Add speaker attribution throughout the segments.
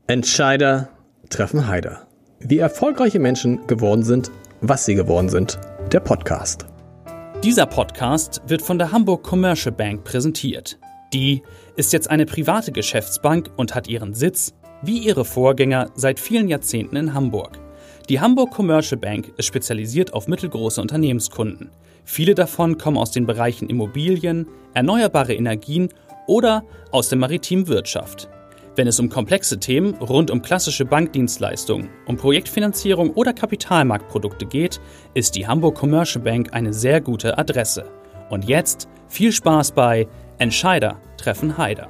Speaker 1: Entscheider treffen Heider. Wie erfolgreiche Menschen geworden sind, was sie geworden sind. Der Podcast.
Speaker 2: Dieser Podcast wird von der Hamburg Commercial Bank präsentiert. Die ist jetzt eine private Geschäftsbank und hat ihren Sitz, wie ihre Vorgänger, seit vielen Jahrzehnten in Hamburg. Die Hamburg Commercial Bank ist spezialisiert auf mittelgroße Unternehmenskunden. Viele davon kommen aus den Bereichen Immobilien, erneuerbare Energien oder aus der maritimen Wirtschaft. Wenn es um komplexe Themen rund um klassische Bankdienstleistungen, um Projektfinanzierung oder Kapitalmarktprodukte geht, ist die Hamburg Commercial Bank eine sehr gute Adresse. Und jetzt viel Spaß bei Entscheider treffen Heider.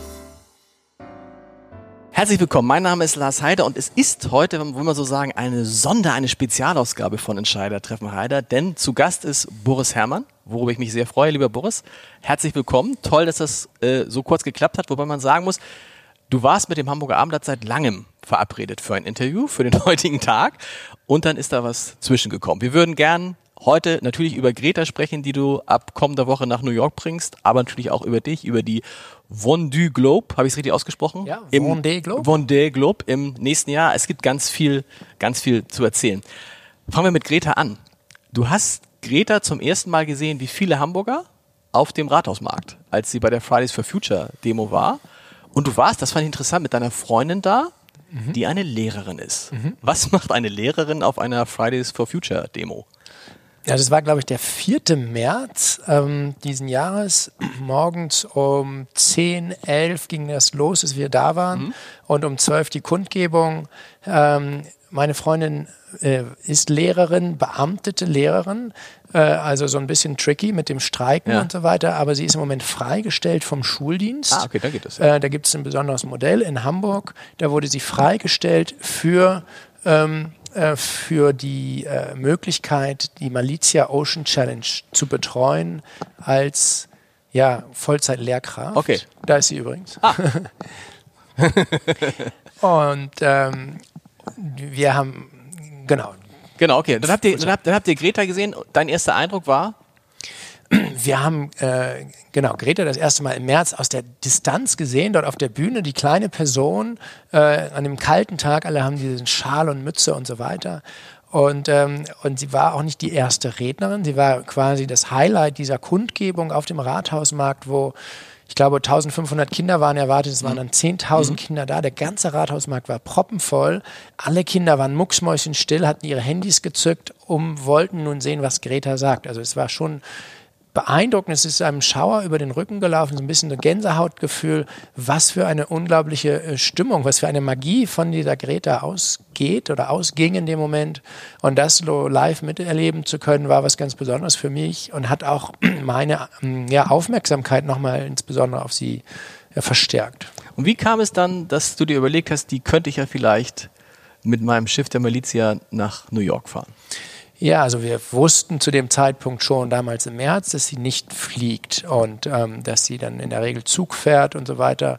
Speaker 3: Herzlich willkommen, mein Name ist Lars Heider und es ist heute, wollen wir so sagen, eine Spezialausgabe von Entscheider treffen Heider, denn zu Gast ist Boris Herrmann, worüber ich mich sehr freue, lieber Boris. Herzlich willkommen, toll, dass das so kurz geklappt hat, wobei man sagen muss, du warst mit dem Hamburger Abendblatt seit langem verabredet für ein Interview, für den heutigen Tag und dann ist da was zwischengekommen. Wir würden gern heute natürlich über Greta sprechen, die du ab kommender Woche nach New York bringst, aber natürlich auch über dich, über die Vendée Globe, habe ich es richtig ausgesprochen?
Speaker 4: Ja, Vendée Globe.
Speaker 3: Vendée Globe im nächsten Jahr. Es gibt ganz viel zu erzählen. Fangen wir mit Greta an. Du hast Greta zum ersten Mal gesehen, wie viele Hamburger auf dem Rathausmarkt, als sie bei der Fridays for Future Demo war. Und du warst, das fand ich interessant, mit deiner Freundin da, die eine Lehrerin ist. Was macht eine Lehrerin auf einer Fridays for Future Demo?
Speaker 4: Ja, das war, glaube ich, der 4. März diesen Jahres. Morgens um 10, 11 ging das los, als wir da waren. Und um 12 die Kundgebung. Meine Freundin ist Lehrerin, beamtete Lehrerin. Also so ein bisschen tricky mit dem Streiken und so weiter. Aber sie ist im Moment freigestellt vom Schuldienst.
Speaker 3: Ah, okay, da geht es. Ja.
Speaker 4: Da gibt es ein besonderes Modell in Hamburg. Da wurde sie freigestellt für die Möglichkeit, die Malizia Ocean Challenge zu betreuen als Vollzeitlehrkraft.
Speaker 3: Okay.
Speaker 4: Da ist sie übrigens.
Speaker 3: Ah.
Speaker 4: Und wir haben, genau.
Speaker 3: Genau, okay. Dann habt ihr Greta gesehen. Dein erster Eindruck war?
Speaker 4: Wir haben Greta das erste Mal im März aus der Distanz gesehen, dort auf der Bühne, die kleine Person an dem kalten Tag, alle haben diesen Schal und Mütze und so weiter. Und sie war auch nicht die erste Rednerin, sie war quasi das Highlight dieser Kundgebung auf dem Rathausmarkt, wo ich glaube 1500 Kinder waren erwartet, es waren dann 10.000 Kinder da, der ganze Rathausmarkt war proppenvoll, alle Kinder waren mucksmäuschenstill, hatten ihre Handys gezückt, wollten nun sehen, was Greta sagt. Also es war schon beeindruckend, es ist einem Schauer über den Rücken gelaufen, so ein bisschen ein Gänsehautgefühl, was für eine unglaubliche Stimmung, was für eine Magie von dieser Greta ausgeht oder ausging in dem Moment. Und das so live miterleben zu können, war was ganz Besonderes für mich und hat auch meine Aufmerksamkeit nochmal insbesondere auf sie verstärkt.
Speaker 3: Und wie kam es dann, dass du dir überlegt hast, die könnte ich ja vielleicht mit meinem Schiff der Malizia nach New York fahren?
Speaker 4: Ja, also wir wussten zu dem Zeitpunkt schon damals im März, dass sie nicht fliegt und dass sie dann in der Regel Zug fährt und so weiter.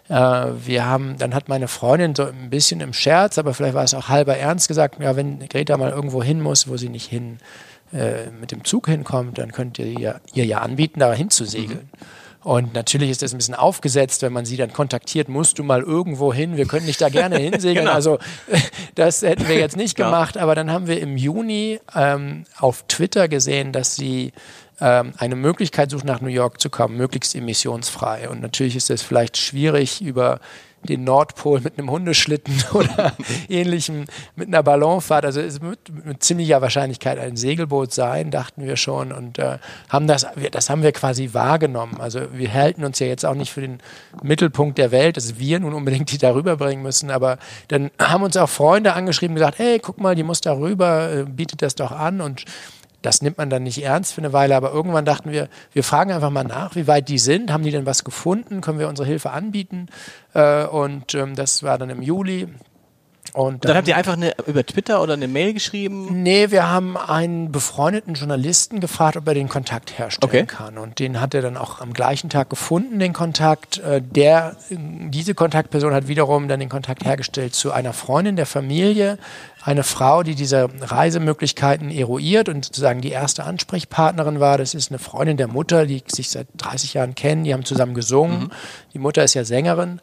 Speaker 4: Dann hat meine Freundin so ein bisschen im Scherz, aber vielleicht war es auch halber ernst gesagt, ja, wenn Greta mal irgendwo hin muss, wo sie nicht mit dem Zug hinkommt, dann könnt ihr ihr ja anbieten, da hinzusegeln. Und natürlich ist das ein bisschen aufgesetzt, wenn man sie dann kontaktiert, musst du mal irgendwo hin, wir können dich da gerne hinsegeln.
Speaker 3: Genau.
Speaker 4: Also das hätten wir jetzt nicht gemacht, aber dann haben wir im Juni auf Twitter gesehen, dass sie eine Möglichkeit sucht, nach New York zu kommen, möglichst emissionsfrei. Und natürlich ist es vielleicht schwierig, über den Nordpol mit einem Hundeschlitten oder ähnlichem mit einer Ballonfahrt. Also es wird mit ziemlicher Wahrscheinlichkeit ein Segelboot sein, dachten wir schon und haben das haben wir quasi wahrgenommen. Also wir halten uns ja jetzt auch nicht für den Mittelpunkt der Welt, dass wir nun unbedingt die darüber bringen müssen, aber dann haben uns auch Freunde angeschrieben und gesagt, hey, guck mal, die muss darüber, bietet das doch an und das nimmt man dann nicht ernst für eine Weile, aber irgendwann dachten wir fragen einfach mal nach, wie weit die sind, haben die denn was gefunden, können wir unsere Hilfe anbieten und das war dann im Juli. Und
Speaker 3: dann habt ihr einfach über Twitter oder eine Mail geschrieben?
Speaker 4: Nee, wir haben einen befreundeten Journalisten gefragt, ob er den Kontakt herstellen kann. Und den hat er dann auch am gleichen Tag gefunden, den Kontakt. Diese Kontaktperson hat wiederum dann den Kontakt hergestellt zu einer Freundin der Familie, eine Frau, die diese Reisemöglichkeiten eruiert und sozusagen die erste Ansprechpartnerin war. Das ist eine Freundin der Mutter, die sich seit 30 Jahren kennen. Die haben zusammen gesungen. Die Mutter ist ja Sängerin.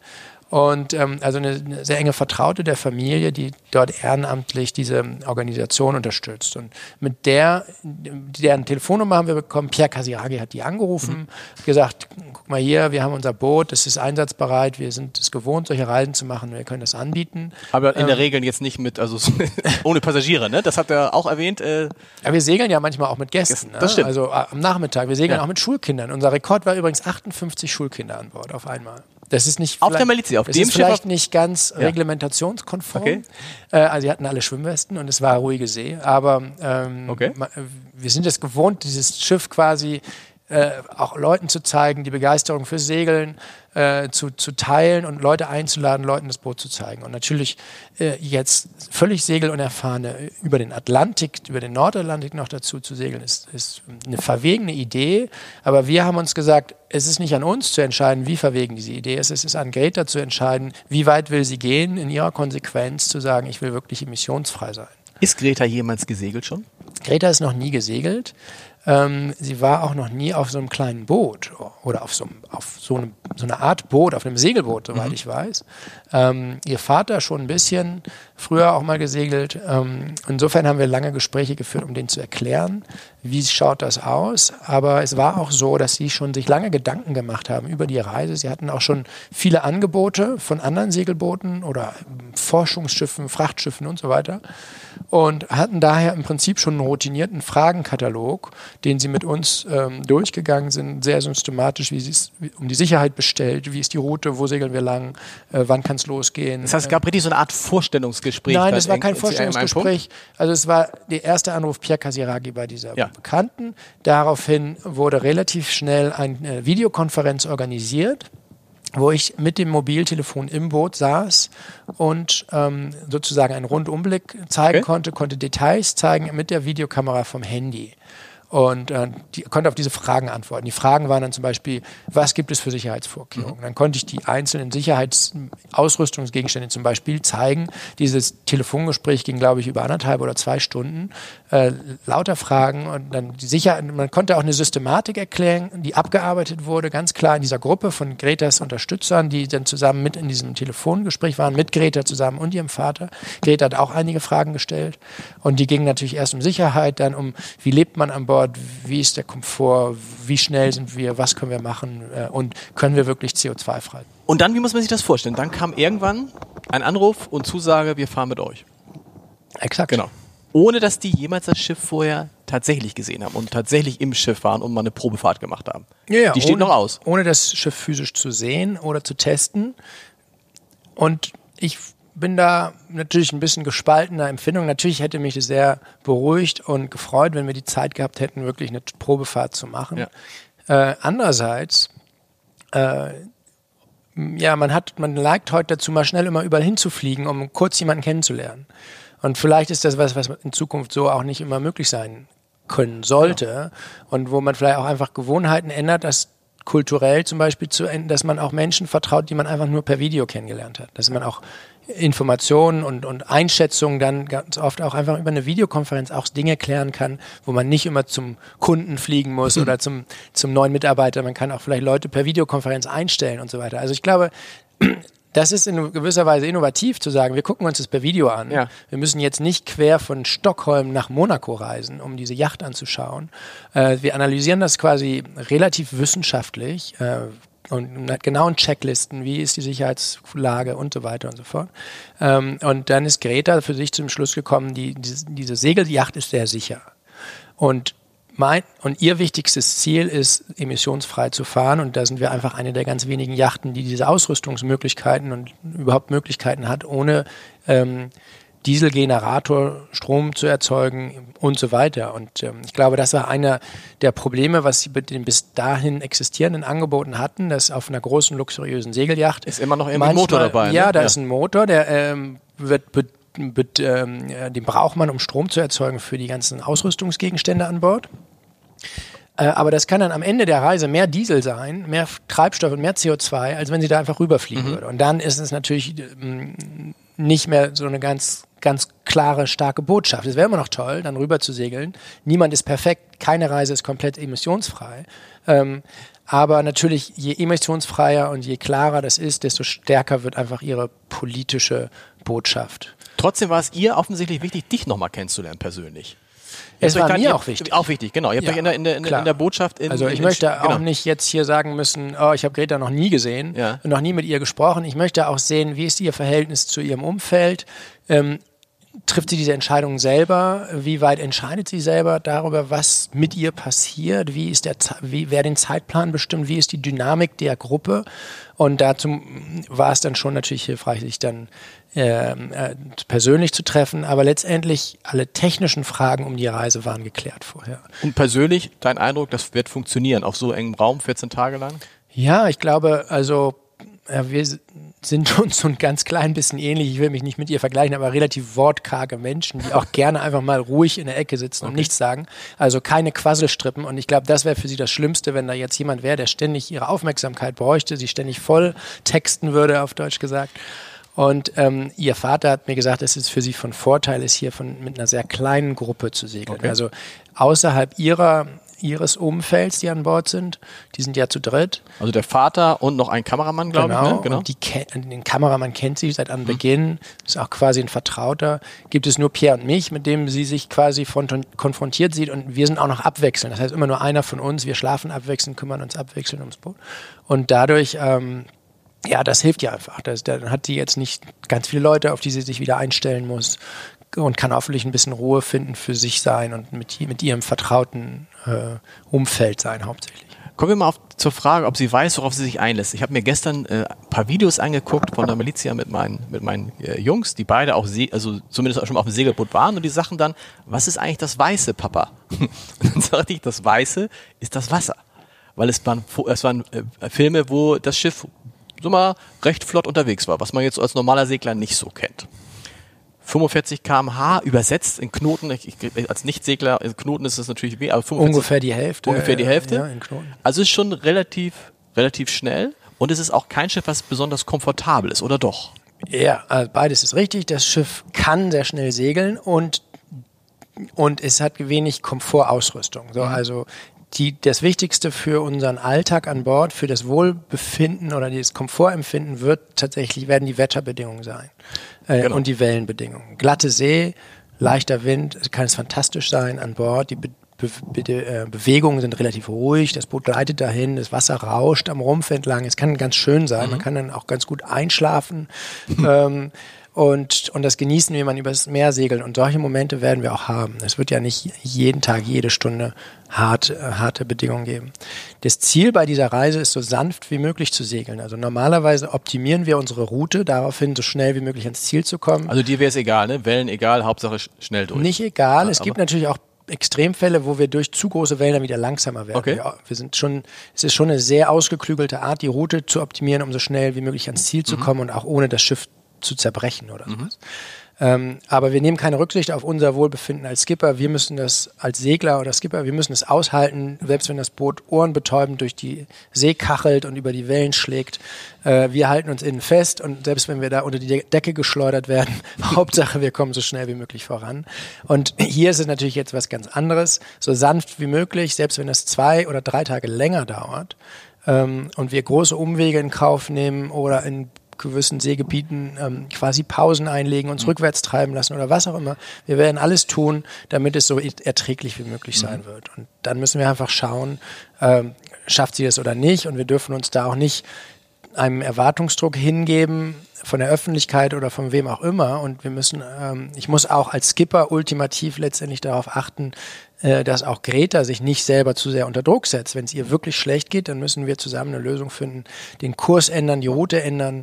Speaker 4: Und also eine sehr enge Vertraute der Familie, die dort ehrenamtlich diese Organisation unterstützt. Und mit deren Telefonnummer haben wir bekommen. Pierre Casiraghi hat die angerufen, gesagt, guck mal hier, wir haben unser Boot, das ist einsatzbereit, wir sind es gewohnt, solche Reisen zu machen, wir können das anbieten.
Speaker 3: Aber in der Regel jetzt nicht mit, also ohne Passagiere, ne? Das hat er auch erwähnt.
Speaker 4: Ja, wir segeln ja manchmal auch mit Gästen.
Speaker 3: Das stimmt.
Speaker 4: Also am Nachmittag. Wir segeln auch mit Schulkindern. Unser Rekord war übrigens 58 Schulkinder an Bord auf einmal. Das ist nicht
Speaker 3: auf der Malizia, auf
Speaker 4: das
Speaker 3: dem
Speaker 4: ist
Speaker 3: Schiff
Speaker 4: vielleicht nicht ganz reglementationskonform.
Speaker 3: Okay.
Speaker 4: Also sie hatten alle Schwimmwesten und es war ruhige See. Aber wir sind es gewohnt, dieses Schiff quasi auch Leuten zu zeigen, die Begeisterung fürs Segeln zu teilen und Leute einzuladen, Leuten das Boot zu zeigen. Und natürlich jetzt völlig segelunerfahrene über den Atlantik, über den Nordatlantik noch dazu zu segeln, ist eine verwegene Idee. Aber wir haben uns gesagt, es ist nicht an uns zu entscheiden, wie verwegen diese Idee ist. Es ist an Greta zu entscheiden, wie weit will sie gehen, in ihrer Konsequenz zu sagen, ich will wirklich emissionsfrei sein.
Speaker 3: Ist Greta jemals gesegelt schon?
Speaker 4: Greta ist noch nie gesegelt. Sie war auch noch nie auf so einem kleinen Boot oder auf so eine Art Boot, auf einem Segelboot, soweit ich weiß. Ihr Vater schon ein bisschen, früher auch mal gesegelt. Insofern haben wir lange Gespräche geführt, um denen zu erklären, wie schaut das aus. Aber es war auch so, dass sie schon sich lange Gedanken gemacht haben über die Reise. Sie hatten auch schon viele Angebote von anderen Segelbooten oder Forschungsschiffen, Frachtschiffen und so weiter. Und hatten daher im Prinzip schon einen routinierten Fragenkatalog, den sie mit uns durchgegangen sind, sehr systematisch, wie sie es um die Sicherheit bestellt, wie ist die Route, wo segeln wir lang, wann kann es losgehen.
Speaker 3: Das heißt, es gab richtig so eine Art Vorstellungsgespräch.
Speaker 4: Nein, das war kein Vorstellungsgespräch. Also es war der erste Anruf Pierre Casiraghi bei dieser Bekannten. Daraufhin wurde relativ schnell eine Videokonferenz organisiert, wo ich mit dem Mobiltelefon im Boot saß und sozusagen einen Rundumblick zeigen konnte Details zeigen mit der Videokamera vom Handy. Und konnte auf diese Fragen antworten. Die Fragen waren dann zum Beispiel, was gibt es für Sicherheitsvorkehrungen? Dann konnte ich die einzelnen Sicherheitsausrüstungsgegenstände zum Beispiel zeigen. Dieses Telefongespräch ging, glaube ich, über 1,5 oder 2 Stunden. Lauter Fragen und dann man konnte auch eine Systematik erklären, die abgearbeitet wurde, ganz klar in dieser Gruppe von Gretas Unterstützern, die dann zusammen mit in diesem Telefongespräch waren, mit Greta zusammen und ihrem Vater. Greta hat auch einige Fragen gestellt und die gingen natürlich erst um Sicherheit, dann um, wie lebt man an Bord, wie ist der Komfort, wie schnell sind wir, was können wir machen und können wir wirklich CO2-frei.
Speaker 3: Und dann, wie muss man sich das vorstellen? Dann kam irgendwann ein Anruf und Zusage, wir fahren mit euch.
Speaker 4: Exakt.
Speaker 3: Genau. Ohne, dass die jemals das Schiff vorher tatsächlich gesehen haben und tatsächlich im Schiff waren und mal eine Probefahrt gemacht haben.
Speaker 4: Ja,
Speaker 3: die steht noch aus.
Speaker 4: Ohne das Schiff physisch zu sehen oder zu testen. Und ich bin da natürlich ein bisschen gespaltener Empfindung. Natürlich hätte mich das sehr beruhigt und gefreut, wenn wir die Zeit gehabt hätten, wirklich eine Probefahrt zu machen. Ja. Andererseits, man neigt heute dazu, mal schnell immer überall hinzufliegen, um kurz jemanden kennenzulernen. Und vielleicht ist das was in Zukunft so auch nicht immer möglich sein können sollte. Ja. Und wo man vielleicht auch einfach Gewohnheiten ändert, dass kulturell zum Beispiel dass man auch Menschen vertraut, die man einfach nur per Video kennengelernt hat. Dass man auch Informationen und Einschätzungen dann ganz oft auch einfach über eine Videokonferenz auch Dinge klären kann, wo man nicht immer zum Kunden fliegen muss oder zum neuen Mitarbeiter. Man kann auch vielleicht Leute per Videokonferenz einstellen und so weiter. Also ich glaube, das ist in gewisser Weise innovativ zu sagen, wir gucken uns das per Video an. Ja. Wir müssen jetzt nicht quer von Stockholm nach Monaco reisen, um diese Yacht anzuschauen. Wir analysieren das quasi relativ wissenschaftlich und mit genauen Checklisten, wie ist die Sicherheitslage und so weiter und so fort. Und dann ist Greta für sich zum Schluss gekommen, diese Segelyacht ist sehr sicher. Und ihr wichtigstes Ziel ist, emissionsfrei zu fahren. Und da sind wir einfach eine der ganz wenigen Yachten, die diese Ausrüstungsmöglichkeiten und überhaupt Möglichkeiten hat, ohne Dieselgenerator Strom zu erzeugen und so weiter. Und ich glaube, das war einer der Probleme, was sie mit den bis dahin existierenden Angeboten hatten, dass auf einer großen, luxuriösen Segelyacht
Speaker 3: ist immer noch irgendwie ein Motor dabei.
Speaker 4: Ja, da ist ein Motor, der den braucht man, um Strom zu erzeugen für die ganzen Ausrüstungsgegenstände an Bord. Aber das kann dann am Ende der Reise mehr Diesel sein, mehr Treibstoff und mehr CO2, als wenn sie da einfach rüberfliegen würde. Und dann ist es natürlich nicht mehr so eine ganz klare, starke Botschaft. Es wäre immer noch toll, dann rüber zu segeln. Niemand ist perfekt, keine Reise ist komplett emissionsfrei. Aber natürlich, je emotionsfreier und je klarer das ist, desto stärker wird einfach ihre politische Botschaft.
Speaker 3: Trotzdem war es ihr offensichtlich wichtig, dich nochmal kennenzulernen persönlich.
Speaker 4: Es war mir auch wichtig.
Speaker 3: Auch wichtig, genau. Ihr habt euch in der Botschaft...
Speaker 4: Ich möchte auch nicht jetzt hier sagen müssen, ich habe Greta noch nie gesehen und noch nie mit ihr gesprochen. Ich möchte auch sehen, wie ist ihr Verhältnis zu ihrem Umfeld. Trifft sie diese Entscheidung selber? Wie weit entscheidet sie selber darüber, was mit ihr passiert? Wer den Zeitplan bestimmt? Wie ist die Dynamik der Gruppe? Und dazu war es dann schon natürlich hilfreich, sich dann persönlich zu treffen. Aber letztendlich alle technischen Fragen um die Reise waren geklärt vorher.
Speaker 3: Und persönlich, dein Eindruck, das wird funktionieren auf so engem Raum, 14 Tage lang?
Speaker 4: Ja, ich glaube, wir sind uns so ein ganz klein bisschen ähnlich. Ich will mich nicht mit ihr vergleichen, aber relativ wortkarge Menschen, die auch gerne einfach mal ruhig in der Ecke sitzen und nichts sagen. Also keine Quasselstrippen. Und ich glaube, das wäre für sie das Schlimmste, wenn da jetzt jemand wäre, der ständig ihre Aufmerksamkeit bräuchte, sie ständig voll texten würde, auf Deutsch gesagt. Und ihr Vater hat mir gesagt, es ist für sie von Vorteil, ist hier mit einer sehr kleinen Gruppe zu segeln. Okay. Also außerhalb ihres Umfelds, die an Bord sind. Die sind ja zu dritt.
Speaker 3: Also der Vater und noch ein Kameramann, glaube ich. Ne? Genau.
Speaker 4: Und den Kameramann kennt sie seit Anbeginn. Ist auch quasi ein Vertrauter. Gibt es nur Pierre und mich, mit dem sie sich quasi konfrontiert sieht. Und wir sind auch noch abwechselnd. Das heißt, immer nur einer von uns. Wir schlafen abwechselnd, kümmern uns abwechselnd ums Boot. Und dadurch... das hilft ja einfach. Dann hat die jetzt nicht ganz viele Leute, auf die sie sich wieder einstellen muss und kann hoffentlich ein bisschen Ruhe finden für sich sein und mit ihrem vertrauten Umfeld sein hauptsächlich.
Speaker 3: Kommen wir mal zur Frage, ob sie weiß, worauf sie sich einlässt. Ich habe mir gestern ein paar Videos angeguckt von der Militia mit meinen Jungs, die beide auch zumindest auch schon mal auf dem Segelboot waren und die sagten dann, was ist eigentlich das Weiße, Papa? Und dann sagte ich, das Weiße ist das Wasser. Weil es waren Filme, wo das Schiff so mal recht flott unterwegs war, was man jetzt als normaler Segler nicht so kennt. 45 km/h übersetzt in Knoten, als Nichtsegler, in Knoten ist es natürlich weh, aber 45,
Speaker 4: ungefähr die Hälfte.
Speaker 3: Ja, in Knoten. Also es ist schon relativ schnell und es ist auch kein Schiff, was besonders komfortabel ist, oder doch?
Speaker 4: Ja, also beides ist richtig. Das Schiff kann sehr schnell segeln und es hat wenig Komfortausrüstung. So, also das Wichtigste für unseren Alltag an Bord, für das Wohlbefinden oder das Komfortempfinden werden die Wetterbedingungen sein und die Wellenbedingungen. Glatte See, leichter Wind, kann es fantastisch sein an Bord. Die Bewegungen sind relativ ruhig, das Boot gleitet dahin, das Wasser rauscht am Rumpf entlang. Es kann ganz schön sein, man kann dann auch ganz gut einschlafen. Und das genießen, wie man übers Meer segelt. Und solche Momente werden wir auch haben. Es wird ja nicht jeden Tag, jede Stunde harte Bedingungen geben. Das Ziel bei dieser Reise ist, so sanft wie möglich zu segeln. Also normalerweise optimieren wir unsere Route daraufhin, so schnell wie möglich ans Ziel zu kommen.
Speaker 3: Also dir wäre es egal, ne? Wellen egal, Hauptsache schnell durch.
Speaker 4: Nicht egal. Es gibt natürlich auch Extremfälle, wo wir durch zu große Wellen dann wieder langsamer werden. Okay. Es ist schon eine sehr ausgeklügelte Art, die Route zu optimieren, um so schnell wie möglich ans Ziel zu kommen und auch ohne das Schiff zu zerbrechen oder sowas. Aber wir nehmen keine Rücksicht auf unser Wohlbefinden als Skipper. Wir müssen das als Segler oder Skipper, wir müssen es aushalten, selbst wenn das Boot ohrenbetäubend durch die See kachelt und über die Wellen schlägt. Wir halten uns innen fest und selbst wenn wir da unter die Decke geschleudert werden, Hauptsache wir kommen so schnell wie möglich voran. Und hier ist es natürlich jetzt was ganz anderes, so sanft wie möglich, selbst wenn es 2 oder 3 Tage länger dauert und wir große Umwege in Kauf nehmen oder in gewissen Seegebieten quasi Pausen einlegen, uns rückwärts treiben lassen oder was auch immer. Wir werden alles tun, damit es so erträglich wie möglich sein wird. Und dann müssen wir einfach schauen, schafft sie das oder nicht. Und wir dürfen uns da auch nicht einem Erwartungsdruck hingeben von der Öffentlichkeit oder von wem auch immer. Und wir müssen, ich muss auch als Skipper ultimativ letztendlich darauf achten, dass auch Greta sich nicht selber zu sehr unter Druck setzt. Wenn es ihr wirklich schlecht geht, dann müssen wir zusammen eine Lösung finden, den Kurs ändern, die Route ändern,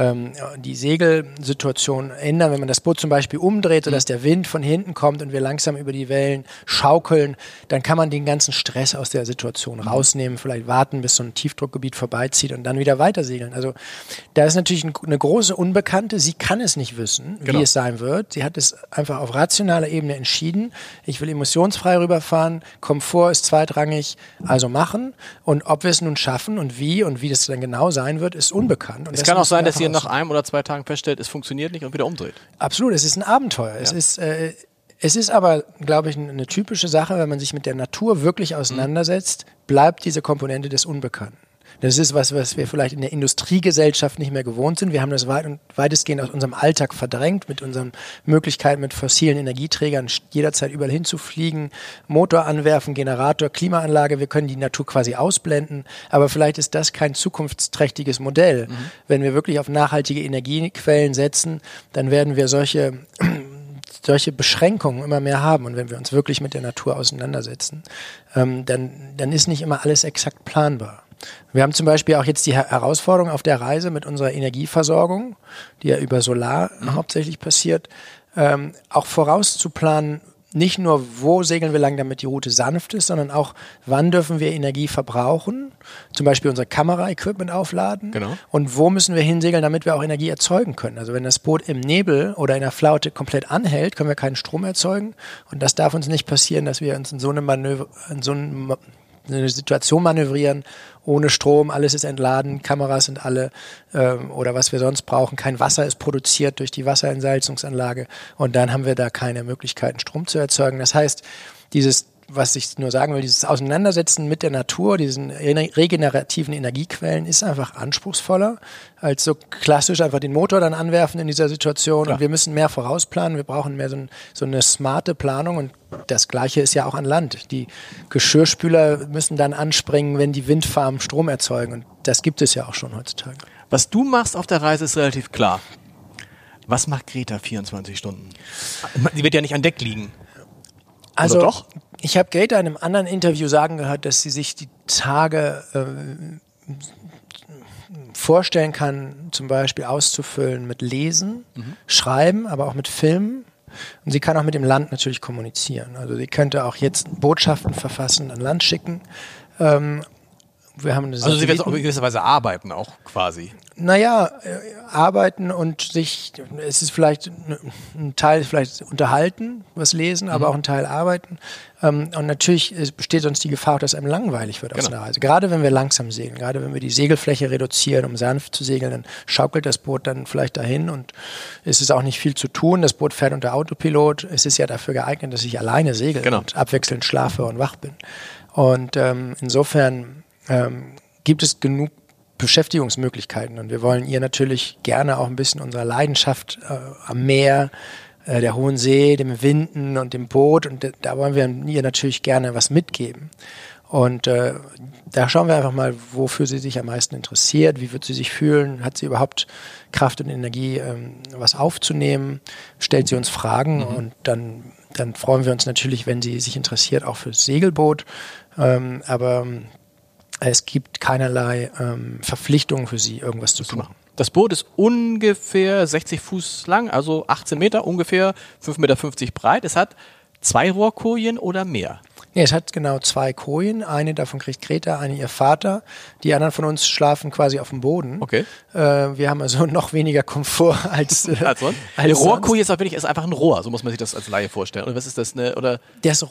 Speaker 4: die Segelsituation ändern. Wenn man das Boot zum Beispiel umdreht, sodass der Wind von hinten kommt und wir langsam über die Wellen schaukeln, dann kann man den ganzen Stress aus der Situation rausnehmen, vielleicht warten, bis so ein Tiefdruckgebiet vorbeizieht und dann wieder weiter segeln. Also da ist natürlich eine große Unbekannte. Sie kann es nicht wissen, wie es sein wird. Sie hat es einfach auf rationaler Ebene entschieden. Ich will emissionsfrei rüberfahren, Komfort ist zweitrangig, also machen. Und ob wir es nun schaffen und wie das dann genau sein wird, ist unbekannt. Und
Speaker 3: es kann auch sein, dass ihr nach 1 oder 2 Tagen feststellt, es funktioniert nicht und wieder umdreht.
Speaker 4: Absolut, es ist ein Abenteuer. Ja. Es ist aber, glaube ich, eine typische Sache, wenn man sich mit der Natur wirklich auseinandersetzt, bleibt diese Komponente des Unbekannten. Das ist was wir vielleicht in der Industriegesellschaft nicht mehr gewohnt sind. Wir haben das weitestgehend aus unserem Alltag verdrängt, mit unseren Möglichkeiten, mit fossilen Energieträgern jederzeit überall hinzufliegen, Motor anwerfen, Generator, Klimaanlage. Wir können die Natur quasi ausblenden. Aber vielleicht ist das kein zukunftsträchtiges Modell. Wenn wir wirklich auf nachhaltige Energiequellen setzen, dann werden wir solche Beschränkungen immer mehr haben. Und wenn wir uns wirklich mit der Natur auseinandersetzen, dann ist nicht immer alles exakt planbar. Wir haben zum Beispiel auch jetzt die Herausforderung auf der Reise mit unserer Energieversorgung, die ja über Solar hauptsächlich passiert, auch vorauszuplanen, nicht nur, wo segeln wir lang, damit die Route sanft ist, sondern auch, wann dürfen wir Energie verbrauchen, zum Beispiel unser Kameraequipment aufladen, und wo müssen wir hinsegeln, damit wir auch Energie erzeugen können. Also wenn das Boot im Nebel oder in der Flaute komplett anhält, können wir keinen Strom erzeugen, und das darf uns nicht passieren, dass wir uns in so eine Situation manövrieren, ohne Strom, alles ist entladen, Kameras sind alle oder was wir sonst brauchen, kein Wasser ist produziert durch die Wasserentsalzungsanlage, und dann haben wir da keine Möglichkeiten, Strom zu erzeugen. Das heißt, was ich nur sagen will, dieses Auseinandersetzen mit der Natur, diesen regenerativen Energiequellen ist einfach anspruchsvoller als so klassisch einfach den Motor dann anwerfen in dieser Situation. Klar. Und wir müssen mehr vorausplanen, wir brauchen mehr so eine smarte Planung, und das Gleiche ist ja auch an Land. Die Geschirrspüler müssen dann anspringen, wenn die Windfarmen Strom erzeugen, und das gibt es ja auch schon heutzutage.
Speaker 3: Was du machst auf der Reise ist relativ klar. Was macht Greta 24 Stunden? Sie wird ja nicht an Deck liegen.
Speaker 4: Also,
Speaker 3: oder doch?
Speaker 4: Ich habe Greta in einem anderen Interview sagen gehört, dass sie sich die Tage vorstellen kann, zum Beispiel auszufüllen mit Lesen, Schreiben, aber auch mit Filmen. Und sie kann auch mit dem Land natürlich kommunizieren. Also sie könnte auch jetzt Botschaften verfassen, an Land schicken. Wir haben
Speaker 3: also sie wird auf gewisse Weise arbeiten auch quasi.
Speaker 4: Naja, arbeiten und es ist vielleicht ein Teil vielleicht unterhalten, was lesen, aber auch ein Teil arbeiten. Und natürlich besteht sonst die Gefahr, dass einem langweilig wird auf so einer Reise. Gerade wenn wir langsam segeln, gerade wenn wir die Segelfläche reduzieren, um sanft zu segeln, dann schaukelt das Boot dann vielleicht dahin, und es ist auch nicht viel zu tun. Das Boot fährt unter Autopilot. Es ist ja dafür geeignet, dass ich alleine segel und abwechselnd schlafe und wach bin. Und insofern gibt es genug Beschäftigungsmöglichkeiten, und wir wollen ihr natürlich gerne auch ein bisschen unserer Leidenschaft am Meer, der hohen See, dem Winden und dem Boot, und da wollen wir ihr natürlich gerne was mitgeben. Und da schauen wir einfach mal, wofür sie sich am meisten interessiert, wie wird sie sich fühlen, hat sie überhaupt Kraft und Energie, was aufzunehmen, stellt sie uns Fragen, und dann freuen wir uns natürlich, wenn sie sich interessiert, auch fürs Segelboot, aber es gibt keinerlei Verpflichtungen für sie, irgendwas zu tun.
Speaker 3: Das Boot ist ungefähr 60 Fuß lang, also 18 Meter, ungefähr 5,50 Meter breit. Es hat 2 Rohrkojen oder mehr?
Speaker 4: Nee, es hat genau 2 Kojen. Eine davon kriegt Greta, eine ihr Vater. Die anderen von uns schlafen quasi auf dem Boden.
Speaker 3: Okay.
Speaker 4: Wir haben also noch weniger Komfort als sonst.
Speaker 3: Eine Rohrkoje ist einfach ein Rohr, so muss man sich das als Laie vorstellen. Oder was ist das? Der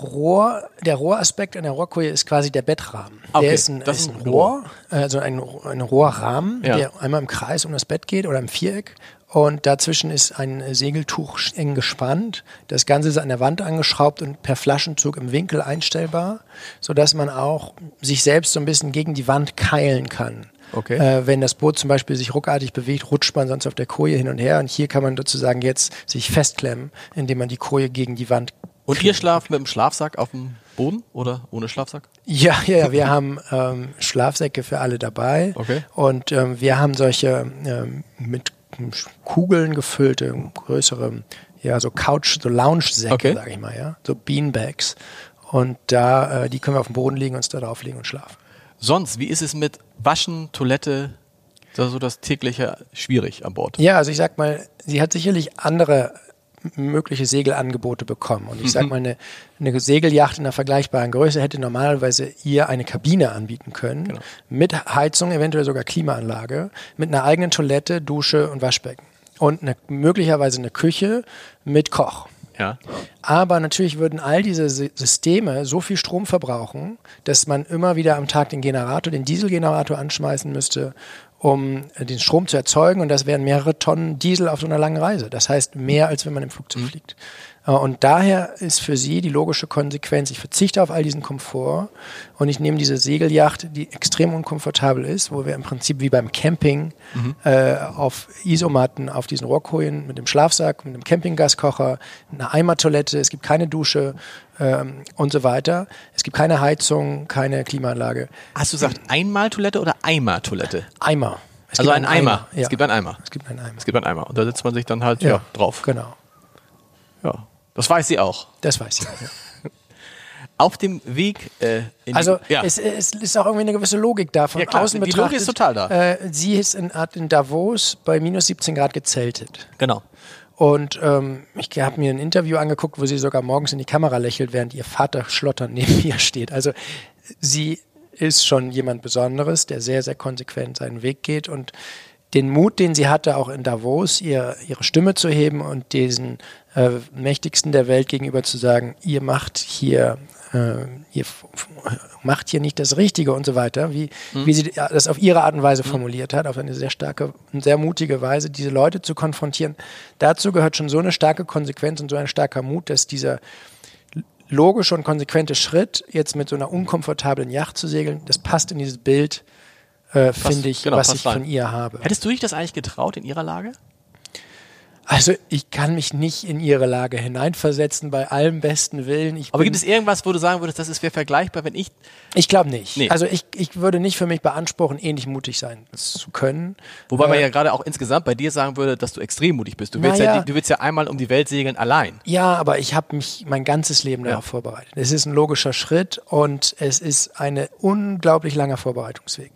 Speaker 4: Rohraspekt an der Rohrkoje ist quasi der Bettrahmen.
Speaker 3: Okay.
Speaker 4: Der ist ein Rohr, also ein Rohrrahmen, der einmal im Kreis um das Bett geht oder im Viereck. Und dazwischen ist ein Segeltuch eng gespannt. Das Ganze ist an der Wand angeschraubt und per Flaschenzug im Winkel einstellbar, sodass man auch sich selbst so ein bisschen gegen die Wand keilen kann.
Speaker 3: Okay.
Speaker 4: Wenn das Boot zum Beispiel sich ruckartig bewegt, rutscht man sonst auf der Koje hin und her. Und hier kann man sozusagen jetzt sich festklemmen, indem man die Koje gegen die Wand klemmt.
Speaker 3: Und ihr schlaft mit dem Schlafsack auf dem Boden oder ohne Schlafsack?
Speaker 4: Ja, wir haben Schlafsäcke für alle dabei.
Speaker 3: Okay.
Speaker 4: Und wir haben solche mit Kugeln gefüllte, größere, so Couch, so Lounge-Säcke, sag ich mal, so Beanbags. Und die können wir auf dem Boden liegen, uns da drauf liegen und schlafen.
Speaker 3: Sonst, wie ist es mit Waschen, Toilette, so das tägliche schwierig an Bord?
Speaker 4: Ja, also ich sag mal, sie hat sicherlich andere mögliche Segelangebote bekommen. Und ich sag mal, eine Segelyacht in einer vergleichbaren Größe hätte normalerweise ihr eine Kabine anbieten können, mit Heizung, eventuell sogar Klimaanlage, mit einer eigenen Toilette, Dusche und Waschbecken. Und möglicherweise eine Küche mit Koch.
Speaker 3: Ja.
Speaker 4: Aber natürlich würden all diese Systeme so viel Strom verbrauchen, dass man immer wieder am Tag den Dieselgenerator anschmeißen müsste, um den Strom zu erzeugen. Und das wären mehrere Tonnen Diesel auf so einer langen Reise. Das heißt mehr, als wenn man im Flugzeug fliegt. Und daher ist für sie die logische Konsequenz, ich verzichte auf all diesen Komfort und ich nehme diese Segelyacht, die extrem unkomfortabel ist, wo wir im Prinzip wie beim Camping auf Isomatten, auf diesen Rohrkojen mit dem Schlafsack, mit einem Campinggaskocher, einer Eimertoilette, es gibt keine Dusche und so weiter. Es gibt keine Heizung, keine Klimaanlage.
Speaker 3: Hast du gesagt Einmaltoilette oder Eimertoilette?
Speaker 4: Eimer.
Speaker 3: Also ein Eimer.
Speaker 4: Ja.
Speaker 3: Es gibt einen Eimer.
Speaker 4: Es gibt einen Eimer.
Speaker 3: Es gibt einen Eimer. Und da setzt man sich dann halt drauf.
Speaker 4: Genau.
Speaker 3: Ja. Das weiß sie auch.
Speaker 4: Das weiß ich. Ja.
Speaker 3: Auf dem Weg
Speaker 4: es ist auch irgendwie eine gewisse Logik da. Von außen
Speaker 3: die
Speaker 4: betrachtet,
Speaker 3: Logik ist total da.
Speaker 4: Sie ist in Davos bei minus 17 Grad gezeltet.
Speaker 3: Genau.
Speaker 4: Und ich habe mir ein Interview angeguckt, wo sie sogar morgens in die Kamera lächelt, während ihr Vater schlotternd neben ihr steht. Also sie ist schon jemand Besonderes, der sehr, sehr konsequent seinen Weg geht und den Mut, den sie hatte, auch in Davos, ihre Stimme zu heben und diesen Mächtigsten der Welt gegenüber zu sagen, ihr macht hier nicht das Richtige und so weiter, wie sie das auf ihre Art und Weise formuliert hat, auf eine sehr starke und sehr mutige Weise, diese Leute zu konfrontieren. Dazu gehört schon so eine starke Konsequenz und so ein starker Mut, dass dieser logische und konsequente Schritt, jetzt mit so einer unkomfortablen Yacht zu segeln, das passt in dieses Bild, finde ich, was ich von ihr habe.
Speaker 3: Hättest du dich das eigentlich getraut in ihrer Lage?
Speaker 4: Also ich kann mich nicht in ihre Lage hineinversetzen, bei allem besten Willen.
Speaker 3: Aber gibt es irgendwas, wo du sagen würdest, das wäre vergleichbar, wenn ich...
Speaker 4: Ich glaube nicht.
Speaker 3: Nee.
Speaker 4: Also ich würde nicht für mich beanspruchen, ähnlich mutig sein zu können.
Speaker 3: Wobei man ja gerade auch insgesamt bei dir sagen würde, dass du extrem mutig bist. Du willst ja einmal um die Welt segeln allein.
Speaker 4: Ja, aber ich habe mich mein ganzes Leben darauf vorbereitet. Es ist ein logischer Schritt und es ist ein unglaublich langer Vorbereitungsweg.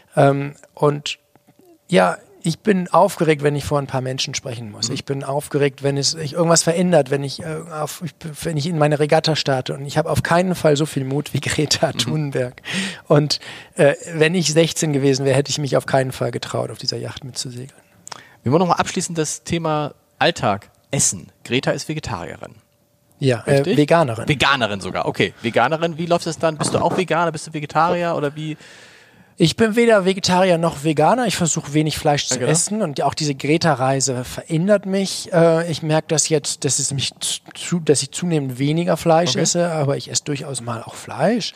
Speaker 4: Und ja, ich bin aufgeregt, wenn ich vor ein paar Menschen sprechen muss. Ich bin aufgeregt, wenn sich irgendwas verändert, wenn ich in meine Regatta starte. Und ich habe auf keinen Fall so viel Mut wie Greta Thunberg. Und wenn ich 16 gewesen wäre, hätte ich mich auf keinen Fall getraut, auf dieser Yacht mitzusegeln.
Speaker 3: Wir wollen nochmal abschließend das Thema Alltag, Essen. Greta ist Vegetarierin.
Speaker 4: Ja, Veganerin.
Speaker 3: Veganerin sogar, okay. Veganerin, wie läuft das dann? Bist du auch Veganer, bist du Vegetarier oder wie...
Speaker 4: Ich bin weder Vegetarier noch Veganer. Ich versuche wenig Fleisch zu essen und auch diese Greta-Reise verändert mich. Ich merke das jetzt, dass ich zunehmend weniger Fleisch esse, aber ich esse durchaus mal auch Fleisch.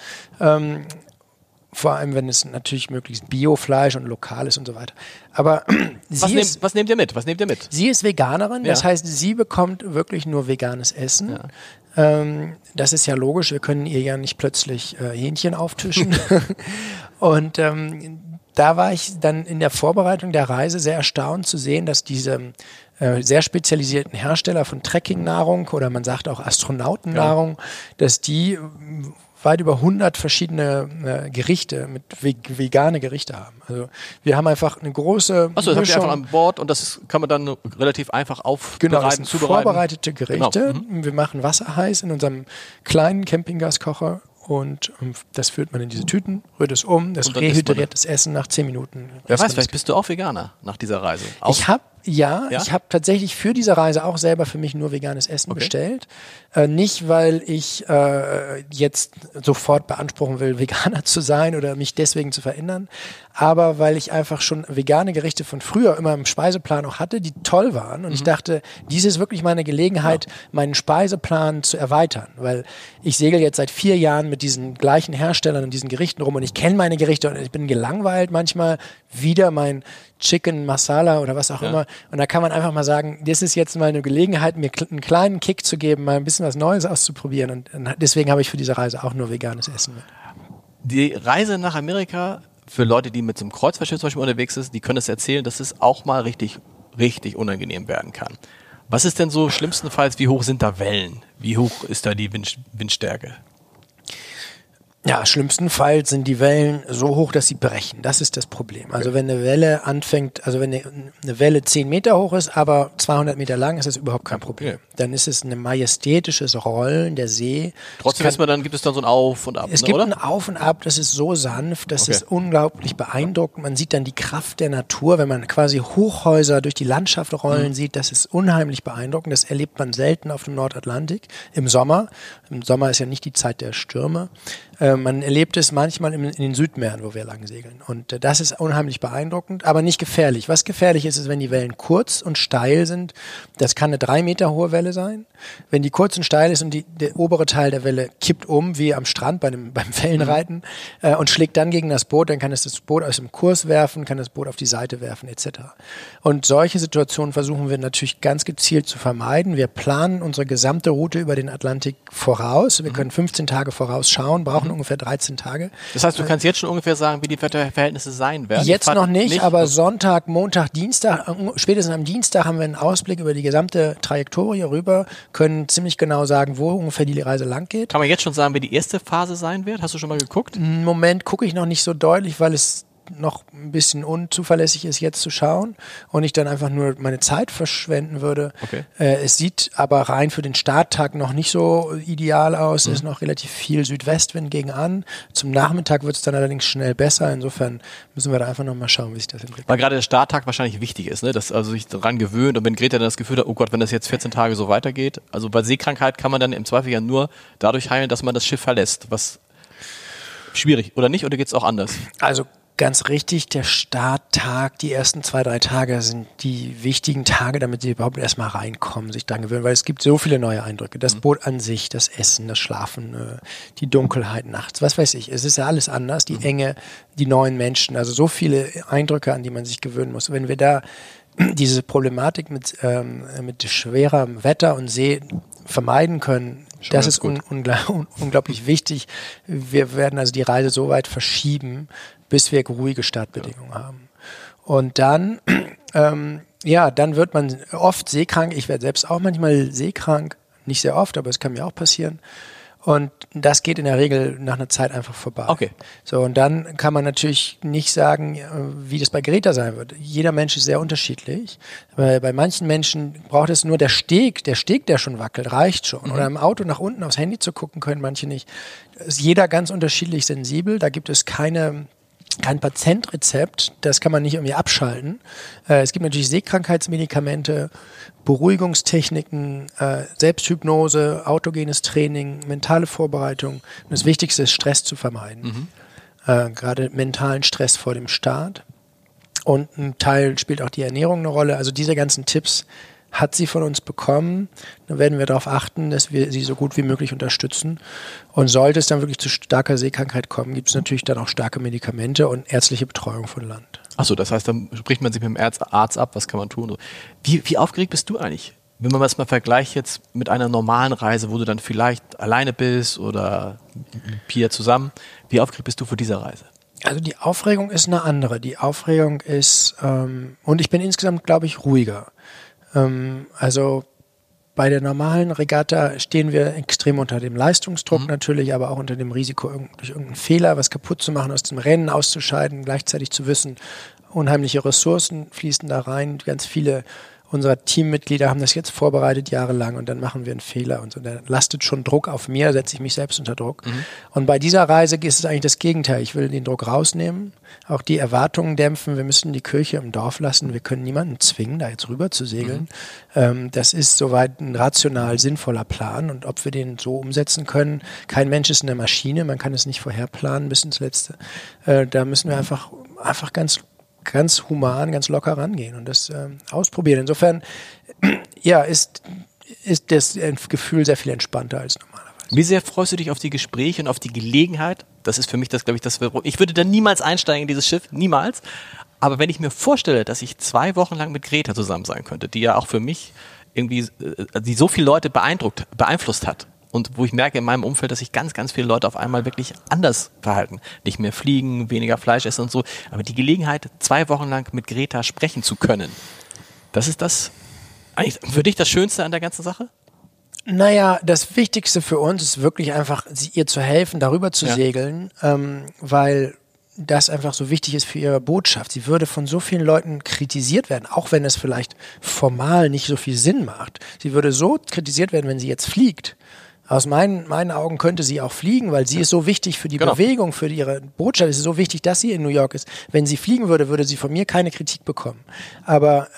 Speaker 4: Vor allem, wenn es natürlich möglichst Biofleisch und lokal ist und so weiter. Aber
Speaker 3: was nehmt ihr mit?
Speaker 4: Sie ist Veganerin, das heißt, sie bekommt wirklich nur veganes Essen. Ja. Das ist ja logisch, wir können ihr ja nicht plötzlich Hähnchen auftischen. Und da war ich dann in der Vorbereitung der Reise sehr erstaunt zu sehen, dass diese sehr spezialisierten Hersteller von Trekkingnahrung oder man sagt auch Astronautennahrung, dass die weit über 100 verschiedene Gerichte, vegane Gerichte haben. Also wir haben einfach eine große
Speaker 3: das habt ihr einfach an Bord und das kann man dann relativ einfach aufbereiten,
Speaker 4: das sind vorbereitete Gerichte. Genau. Wir machen Wasser heiß in unserem kleinen Campinggaskocher und das führt man in diese Tüten, rührt es um, das rehydriert das Essen nach 10 Minuten.
Speaker 3: Wer weiß, vielleicht bist du auch Veganer nach dieser Reise.
Speaker 4: Ich habe tatsächlich für diese Reise auch selber für mich nur veganes Essen bestellt. Nicht, weil ich jetzt sofort beanspruchen will, Veganer zu sein oder mich deswegen zu verändern, aber weil ich einfach schon vegane Gerichte von früher immer im Speiseplan auch hatte, die toll waren. Und ich dachte, dies ist wirklich meine Gelegenheit, meinen Speiseplan zu erweitern, weil ich segel jetzt seit 4 Jahren mit diesen gleichen Herstellern und diesen Gerichten rum und ich kenne meine Gerichte und ich bin gelangweilt manchmal, wieder mein Chicken Masala oder was auch immer. Und da kann man einfach mal sagen, das ist jetzt mal eine Gelegenheit, mir einen kleinen Kick zu geben, mal ein bisschen was Neues auszuprobieren. Und deswegen habe ich für diese Reise auch nur veganes Essen mit.
Speaker 3: Die Reise nach Amerika, für Leute, die mit so einem Kreuzfahrtschiff zum Beispiel unterwegs sind, die können es erzählen, dass es auch mal richtig, richtig unangenehm werden kann. Was ist denn so schlimmstenfalls, wie hoch sind da Wellen? Wie hoch ist da die Windstärke?
Speaker 4: Ja, schlimmstenfalls sind die Wellen so hoch, dass sie brechen. Das ist das Problem. Also wenn eine Welle anfängt, also wenn eine Welle 10 Meter hoch ist, aber 200 Meter lang, ist das überhaupt kein Problem. Okay. Dann ist es ein majestätisches Rollen der See.
Speaker 3: Trotzdem gibt es dann so ein Auf und Ab,
Speaker 4: es gibt ein Auf und Ab, das ist so sanft, das ist unglaublich beeindruckend. Man sieht dann die Kraft der Natur, wenn man quasi Hochhäuser durch die Landschaft rollen sieht, das ist unheimlich beeindruckend. Das erlebt man selten auf dem Nordatlantik im Sommer. Im Sommer ist ja nicht die Zeit der Stürme. Man erlebt es manchmal in den Südmeeren, wo wir lang segeln. Und das ist unheimlich beeindruckend, aber nicht gefährlich. Was gefährlich ist, ist, wenn die Wellen kurz und steil sind. Das kann eine 3 Meter hohe Welle sein. Wenn die kurz und steil ist und der obere Teil der Welle kippt um, wie am Strand beim Wellenreiten, und schlägt dann gegen das Boot, dann kann es das Boot aus dem Kurs werfen, kann das Boot auf die Seite werfen, etc. Und solche Situationen versuchen wir natürlich ganz gezielt zu vermeiden. Wir planen unsere gesamte Route über den Atlantik voraus. Wir können 15 Tage vorausschauen, brauchen ungefähr 13 Tage.
Speaker 3: Das heißt, du kannst jetzt schon ungefähr sagen, wie die Wetterverhältnisse sein werden?
Speaker 4: Jetzt noch nicht, aber Sonntag, Montag, Dienstag, spätestens am Dienstag haben wir einen Ausblick über die gesamte Trajektorie rüber, können ziemlich genau sagen, wo ungefähr die Reise lang geht.
Speaker 3: Kann man jetzt schon sagen, wie die erste Phase sein wird? Hast du schon mal geguckt?
Speaker 4: Im Moment gucke ich noch nicht so deutlich, weil es noch ein bisschen unzuverlässig ist, jetzt zu schauen und ich dann einfach nur meine Zeit verschwenden würde.
Speaker 3: Okay.
Speaker 4: Es sieht aber rein für den Starttag noch nicht so ideal aus. Es ist noch relativ viel Südwestwind gegen an. Zum Nachmittag wird es dann allerdings schnell besser. Insofern müssen wir da einfach noch mal schauen, wie sich das entwickelt.
Speaker 3: Weil gerade der Starttag wahrscheinlich wichtig ist, ne? Dass also sich daran gewöhnt und wenn Greta dann das Gefühl hat, oh Gott, wenn das jetzt 14 Tage so weitergeht. Also bei Seekrankheit kann man dann im Zweifel ja nur dadurch heilen, dass man das Schiff verlässt. Was schwierig, oder nicht? Oder geht es auch anders?
Speaker 4: Also ganz richtig, der Starttag, die ersten 2-3 Tage sind die wichtigen Tage, damit sie überhaupt erstmal reinkommen, sich dran gewöhnen, weil es gibt so viele neue Eindrücke. Das Boot an sich, das Essen, das Schlafen, die Dunkelheit nachts, was weiß ich. Es ist ja alles anders, die Enge, die neuen Menschen, also so viele Eindrücke, an die man sich gewöhnen muss. Wenn wir da diese Problematik mit schwerem Wetter und See vermeiden können, das ist unglaublich wichtig. Wir werden also die Reise so weit verschieben, bis wir ruhige Startbedingungen haben. Und dann, dann wird man oft seekrank. Ich werde selbst auch manchmal seekrank. Nicht sehr oft, aber es kann mir auch passieren. Und das geht in der Regel nach einer Zeit einfach vorbei.
Speaker 3: Okay.
Speaker 4: So, und dann kann man natürlich nicht sagen, wie das bei Greta sein wird. Jeder Mensch ist sehr unterschiedlich. Bei manchen Menschen braucht es nur der Steg, der schon wackelt, reicht schon. Oder im Auto nach unten aufs Handy zu gucken, können manche nicht. Ist jeder ganz unterschiedlich sensibel. Da gibt es kein Patentrezept, das kann man nicht irgendwie abschalten. Es gibt natürlich Seekrankheitsmedikamente, Beruhigungstechniken, Selbsthypnose, autogenes Training, mentale Vorbereitung. Und das Wichtigste ist, Stress zu vermeiden. Gerade mentalen Stress vor dem Start. Und ein Teil spielt auch die Ernährung eine Rolle. Also diese ganzen Tipps hat sie von uns bekommen. Dann werden wir darauf achten, dass wir sie so gut wie möglich unterstützen. Und sollte es dann wirklich zu starker Seekrankheit kommen, gibt es natürlich dann auch starke Medikamente und ärztliche Betreuung von Land.
Speaker 3: Achso, das heißt, dann spricht man sich mit dem Arzt ab, was kann man tun? Wie aufgeregt bist du eigentlich? Wenn man das mal vergleicht jetzt mit einer normalen Reise, wo du dann vielleicht alleine bist oder mit Pia zusammen, wie aufgeregt bist du für diese Reise?
Speaker 4: Also die Aufregung ist eine andere. Die Aufregung ist, und ich bin insgesamt, glaube ich, ruhiger. Also bei der normalen Regatta stehen wir extrem unter dem Leistungsdruck natürlich, aber auch unter dem Risiko, durch irgendeinen Fehler was kaputt zu machen, aus dem Rennen auszuscheiden, gleichzeitig zu wissen, unheimliche Ressourcen fließen da rein, ganz viele unserer Teammitglieder haben das jetzt vorbereitet jahrelang und dann machen wir einen Fehler und so. Da lastet schon Druck auf mir, setze ich mich selbst unter Druck. Und bei dieser Reise ist es eigentlich das Gegenteil. Ich will den Druck rausnehmen, auch die Erwartungen dämpfen. Wir müssen die Kirche im Dorf lassen. Wir können niemanden zwingen, da jetzt rüber zu segeln. Das ist soweit ein rational sinnvoller Plan und ob wir den so umsetzen können. Kein Mensch ist eine Maschine, man kann es nicht vorherplanen bis ins Letzte. Da müssen wir einfach ganz human, ganz locker rangehen und das ausprobieren. Insofern, ist das Gefühl sehr viel entspannter als normalerweise.
Speaker 3: Wie sehr freust du dich auf die Gespräche und auf die Gelegenheit? Das ist für mich ich würde da niemals einsteigen in dieses Schiff, niemals. Aber wenn ich mir vorstelle, dass ich 2 Wochen lang mit Greta zusammen sein könnte, die ja auch für mich irgendwie, die so viele Leute beeinflusst hat, und wo ich merke in meinem Umfeld, dass sich ganz, ganz viele Leute auf einmal wirklich anders verhalten. Nicht mehr fliegen, weniger Fleisch essen und so. Aber die Gelegenheit, 2 Wochen lang mit Greta sprechen zu können, das ist das eigentlich für dich das Schönste an der ganzen Sache?
Speaker 4: Naja, das Wichtigste für uns ist wirklich einfach, ihr zu helfen, darüber zu segeln, weil das einfach so wichtig ist für ihre Botschaft. Sie würde von so vielen Leuten kritisiert werden, auch wenn es vielleicht formal nicht so viel Sinn macht. Sie würde so kritisiert werden, wenn sie jetzt fliegt. Aus meinen Augen könnte sie auch fliegen, weil sie ist so wichtig für die Bewegung, für ihre Botschaft. Es ist so wichtig, dass sie in New York ist. Wenn sie fliegen würde, würde sie von mir keine Kritik bekommen. Aber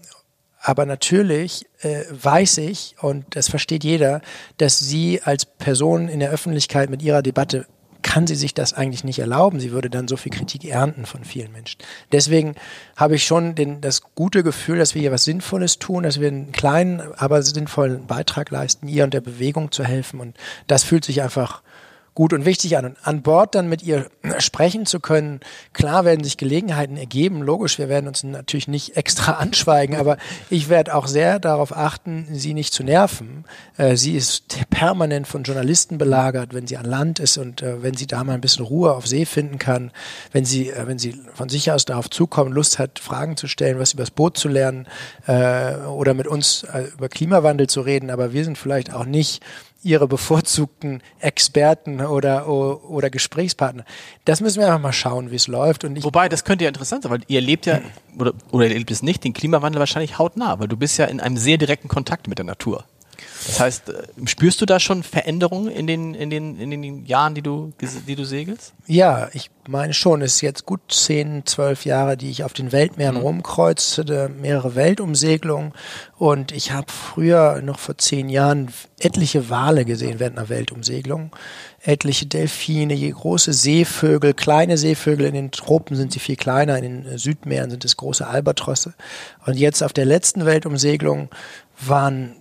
Speaker 4: natürlich weiß ich, und das versteht jeder, dass sie als Person in der Öffentlichkeit mit ihrer Debatte kann sie sich das eigentlich nicht erlauben. Sie würde dann so viel Kritik ernten von vielen Menschen. Deswegen habe ich schon das gute Gefühl, dass wir hier was Sinnvolles tun, dass wir einen kleinen, aber sinnvollen Beitrag leisten, ihr und der Bewegung zu helfen. Und das fühlt sich einfach gut und wichtig an. Und an Bord dann mit ihr sprechen zu können, klar werden sich Gelegenheiten ergeben, logisch, wir werden uns natürlich nicht extra anschweigen, aber ich werde auch sehr darauf achten, sie nicht zu nerven. Sie ist permanent von Journalisten belagert, wenn sie an Land ist und wenn sie da mal ein bisschen Ruhe auf See finden kann, wenn sie von sich aus darauf zukommt, Lust hat, Fragen zu stellen, was über das Boot zu lernen oder mit uns über Klimawandel zu reden, aber wir sind vielleicht auch nicht ihre bevorzugten Experten oder Gesprächspartner. Das müssen wir einfach mal schauen, wie es läuft. Und
Speaker 3: Wobei, das könnte ja interessant sein, weil ihr lebt ja, oder ihr lebt es nicht, den Klimawandel wahrscheinlich hautnah, weil du bist ja in einem sehr direkten Kontakt mit der Natur. Das heißt, spürst du da schon Veränderungen in den Jahren, die du segelst?
Speaker 4: Ja, ich meine schon. Es ist jetzt gut 10, 12 Jahre, die ich auf den Weltmeeren rumkreuze, mehrere Weltumsegelungen. Und ich habe früher, noch vor 10 Jahren, etliche Wale gesehen während einer Weltumsegelung. Etliche Delfine, große Seevögel, kleine Seevögel. In den Tropen sind sie viel kleiner, in den Südmeeren sind es große Albatrosse. Und jetzt auf der letzten Weltumsegelung haben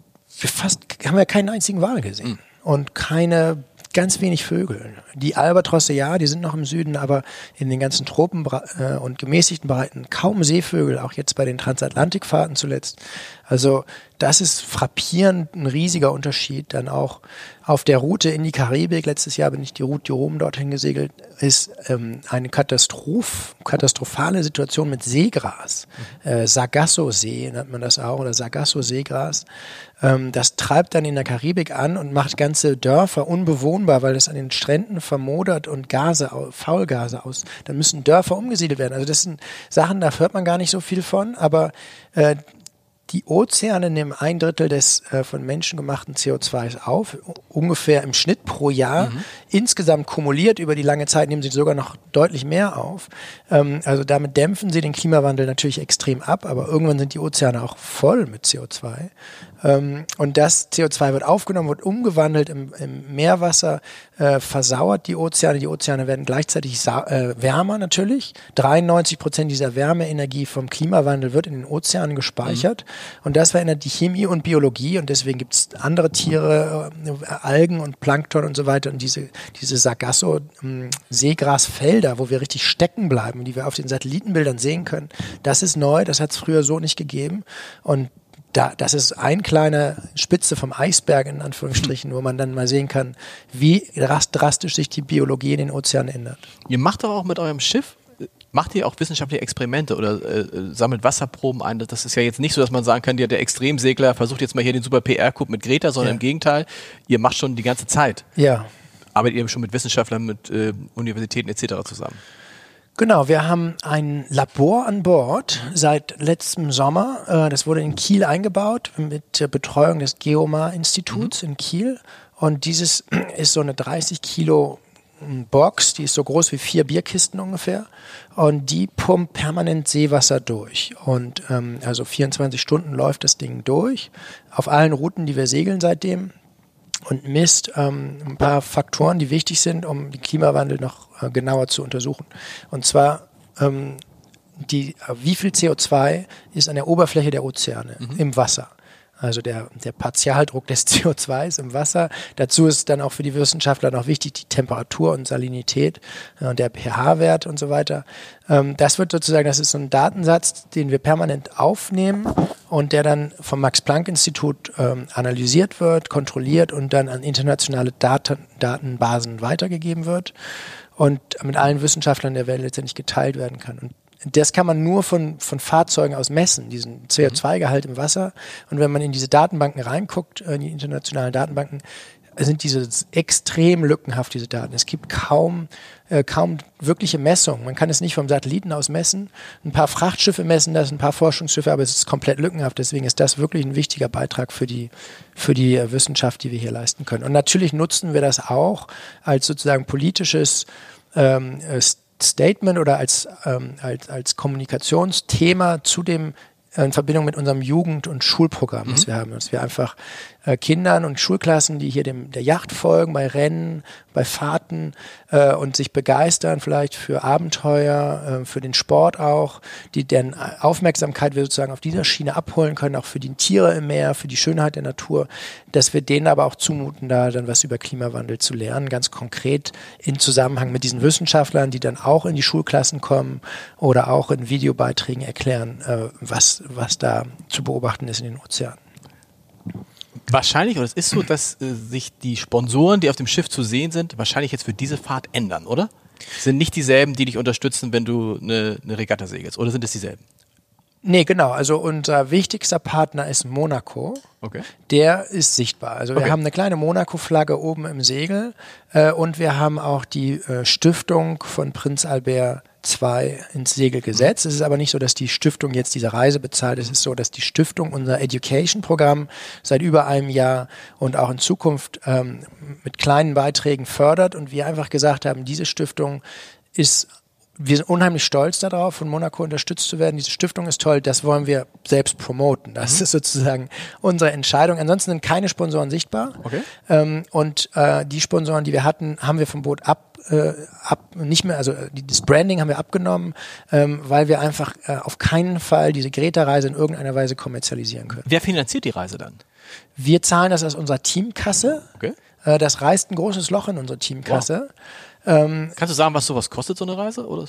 Speaker 4: wir keinen einzigen Wal gesehen und ganz wenig Vögel. Die Albatrosse, ja, die sind noch im Süden, aber in den ganzen Tropen und gemäßigten Breiten kaum Seevögel, auch jetzt bei den Transatlantikfahrten zuletzt. Also das ist frappierend, ein riesiger Unterschied. Dann auch auf der Route in die Karibik, letztes Jahr bin ich die Route Rom dorthin gesegelt, ist eine katastrophale Situation mit Seegras. Sargasso-See nennt man das auch, oder Sargasso-Seegras. Das treibt dann in der Karibik an und macht ganze Dörfer unbewohnbar, weil es an den Stränden vermodert und Faulgase aus. Dann müssen Dörfer umgesiedelt werden. Also das sind Sachen, da hört man gar nicht so viel von, aber die Ozeane nehmen 1/3 des von Menschen gemachten CO2 auf, ungefähr im Schnitt pro Jahr. Insgesamt kumuliert über die lange Zeit nehmen sie sogar noch deutlich mehr auf. Also damit dämpfen sie den Klimawandel natürlich extrem ab, aber irgendwann sind die Ozeane auch voll mit CO2. Und das CO2 wird aufgenommen, wird umgewandelt im Meerwasser, versauert die Ozeane. Die Ozeane werden gleichzeitig wärmer natürlich. 93% dieser Wärmeenergie vom Klimawandel wird in den Ozeanen gespeichert. Und das verändert die Chemie und Biologie. Und deswegen gibt es andere Tiere, Algen und Plankton und so weiter. Und diese Sargasso-Seegrasfelder, wo wir richtig stecken bleiben, die wir auf den Satellitenbildern sehen können, das ist neu. Das hat es früher so nicht gegeben. Und das ist ein kleiner Spitze vom Eisberg, in Anführungsstrichen, wo man dann mal sehen kann, wie drastisch sich die Biologie in den Ozeanen ändert.
Speaker 3: Ihr macht doch auch mit eurem Schiff, macht ihr auch wissenschaftliche Experimente oder sammelt Wasserproben ein? Das ist ja jetzt nicht so, dass man sagen kann, der Extremsegler versucht jetzt mal hier den super PR-Coup mit Greta, sondern im Gegenteil, ihr macht schon die ganze Zeit.
Speaker 4: Ja.
Speaker 3: Arbeitet ihr schon mit Wissenschaftlern, mit Universitäten etc. zusammen?
Speaker 4: Genau, wir haben ein Labor an Bord seit letztem Sommer. Das wurde in Kiel eingebaut mit der Betreuung des Geomar-Instituts in Kiel. Und dieses ist so eine 30 Kilo Box, die ist so groß wie 4 Bierkisten ungefähr. Und die pumpt permanent Seewasser durch. Und also 24 Stunden läuft das Ding durch, auf allen Routen, die wir segeln seitdem. Und misst ein paar Faktoren, die wichtig sind, um den Klimawandel noch genauer zu untersuchen. Und zwar wie viel CO2 ist an der Oberfläche der Ozeane im Wasser. Also der Partialdruck des CO2s im Wasser. Dazu ist dann auch für die Wissenschaftler noch wichtig die Temperatur und Salinität und der pH-Wert und so weiter. Das ist so ein Datensatz, den wir permanent aufnehmen und der dann vom Max-Planck-Institut analysiert wird, kontrolliert und dann an internationale Datenbasen weitergegeben wird und mit allen Wissenschaftlern der Welt letztendlich geteilt werden kann. Und das kann man nur von Fahrzeugen aus messen, diesen CO2-Gehalt im Wasser. Und wenn man in diese Datenbanken reinguckt, in die internationalen Datenbanken, sind diese extrem lückenhaft, diese Daten. Es gibt kaum wirkliche Messungen. Man kann es nicht vom Satelliten aus messen. Ein paar Frachtschiffe messen das, ein paar Forschungsschiffe, aber es ist komplett lückenhaft. Deswegen ist das wirklich ein wichtiger Beitrag für die Wissenschaft, die wir hier leisten können. Und natürlich nutzen wir das auch als sozusagen politisches Statement oder als Kommunikationsthema zu dem in Verbindung mit unserem Jugend- und Schulprogramm, das wir haben. Dass wir einfach Kindern und Schulklassen, die hier der Yacht folgen, bei Rennen, bei Fahrten und sich begeistern vielleicht für Abenteuer, für den Sport auch, die deren Aufmerksamkeit wir sozusagen auf dieser Schiene abholen können, auch für die Tiere im Meer, für die Schönheit der Natur, dass wir denen aber auch zumuten, da dann was über Klimawandel zu lernen, ganz konkret in Zusammenhang mit diesen Wissenschaftlern, die dann auch in die Schulklassen kommen oder auch in Videobeiträgen erklären, was da zu beobachten ist in den Ozeanen.
Speaker 3: Wahrscheinlich, oder es ist so, dass sich die Sponsoren, die auf dem Schiff zu sehen sind, wahrscheinlich jetzt für diese Fahrt ändern, oder? Sind nicht dieselben, die dich unterstützen, wenn du eine Regatta segelst, oder sind es dieselben?
Speaker 4: Nee, genau. Also unser wichtigster Partner ist Monaco.
Speaker 3: Okay.
Speaker 4: Der ist sichtbar. Also wir haben eine kleine Monaco-Flagge oben im Segel und wir haben auch die Stiftung von Prinz Albert II ins Segel gesetzt. Es ist aber nicht so, dass die Stiftung jetzt diese Reise bezahlt. Es ist so, dass die Stiftung unser Education-Programm seit über einem Jahr und auch in Zukunft mit kleinen Beiträgen fördert und wir einfach gesagt haben, diese Stiftung wir sind unheimlich stolz darauf, von Monaco unterstützt zu werden. Diese Stiftung ist toll, das wollen wir selbst promoten. Das ist sozusagen unsere Entscheidung. Ansonsten sind keine Sponsoren sichtbar. Okay. Und die Sponsoren, die wir hatten, haben wir vom Boot nicht mehr, also das Branding haben wir abgenommen, weil wir einfach auf keinen Fall diese Greta-Reise in irgendeiner Weise kommerzialisieren können.
Speaker 3: Wer finanziert die Reise dann?
Speaker 4: Wir zahlen das aus unserer Teamkasse.
Speaker 3: Okay.
Speaker 4: Das reißt ein großes Loch in unsere Teamkasse.
Speaker 3: Wow. Kannst du sagen, was sowas kostet, so eine Reise? Oder?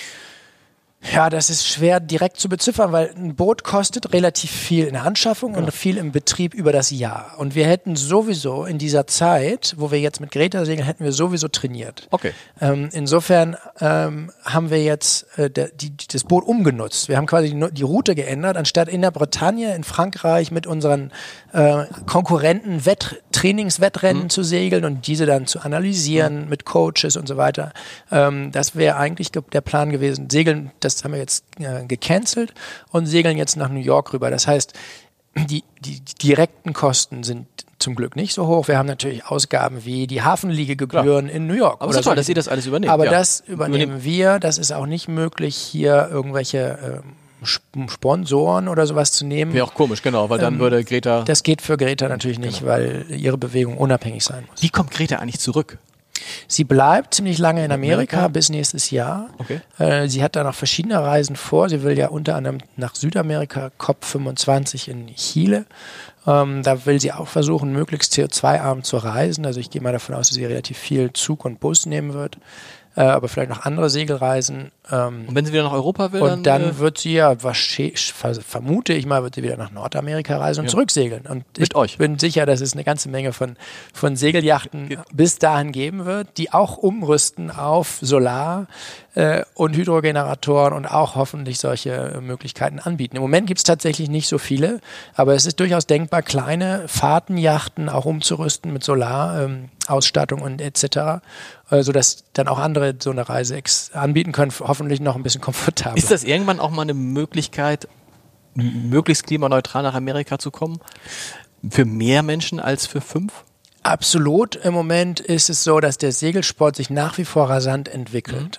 Speaker 4: Ja, das ist schwer direkt zu beziffern, weil ein Boot kostet relativ viel in der Anschaffung und viel im Betrieb über das Jahr. Und wir hätten sowieso in dieser Zeit, wo wir jetzt mit Greta segeln, hätten wir sowieso trainiert.
Speaker 3: Okay.
Speaker 4: Insofern haben wir jetzt das Boot umgenutzt. Wir haben quasi die Route geändert, anstatt in der Bretagne, in Frankreich mit unseren Konkurrenten Trainingswettrennen zu segeln und diese dann zu analysieren mit Coaches und so weiter. Das wäre eigentlich der Plan gewesen. Segeln, das haben wir jetzt gecancelt und segeln jetzt nach New York rüber. Das heißt, die direkten Kosten sind zum Glück nicht so hoch. Wir haben natürlich Ausgaben wie die Hafenliegegebühren in New York.
Speaker 3: Aber es ist toll, dass ihr das alles übernehmt.
Speaker 4: Aber das übernehmen wir. Das ist auch nicht möglich, hier irgendwelche Sponsoren oder sowas zu nehmen.
Speaker 3: Wäre auch komisch, genau, weil dann würde Greta...
Speaker 4: Das geht für Greta natürlich nicht, weil ihre Bewegung unabhängig sein muss.
Speaker 3: Wie kommt Greta eigentlich zurück?
Speaker 4: Sie bleibt ziemlich lange in Amerika bis nächstes Jahr.
Speaker 3: Okay.
Speaker 4: Sie hat da noch verschiedene Reisen vor. Sie will ja unter anderem nach Südamerika, COP25 in Chile. Da will sie auch versuchen, möglichst CO2-arm zu reisen. Also ich gehe mal davon aus, dass sie relativ viel Zug und Bus nehmen wird. Aber vielleicht noch andere Segelreisen.
Speaker 3: Und wenn sie wieder nach Europa will?
Speaker 4: Und dann wird sie ja, vermute ich mal, wird sie wieder nach Nordamerika reisen und zurücksegeln. Und ich bin sicher, dass es eine ganze Menge von Segelyachten bis dahin geben wird, die auch umrüsten auf Solar und Hydrogeneratoren und auch hoffentlich solche Möglichkeiten anbieten. Im Moment gibt es tatsächlich nicht so viele, aber es ist durchaus denkbar, kleine Fahrtenyachten auch umzurüsten mit Solarausstattung und etc., sodass dann auch andere so eine Reise anbieten können, hoffentlich noch ein bisschen komfortabler.
Speaker 3: Ist das irgendwann auch mal eine Möglichkeit, möglichst klimaneutral nach Amerika zu kommen? Für mehr Menschen als für 5?
Speaker 4: Absolut. Im Moment ist es so, dass der Segelsport sich nach wie vor rasant entwickelt.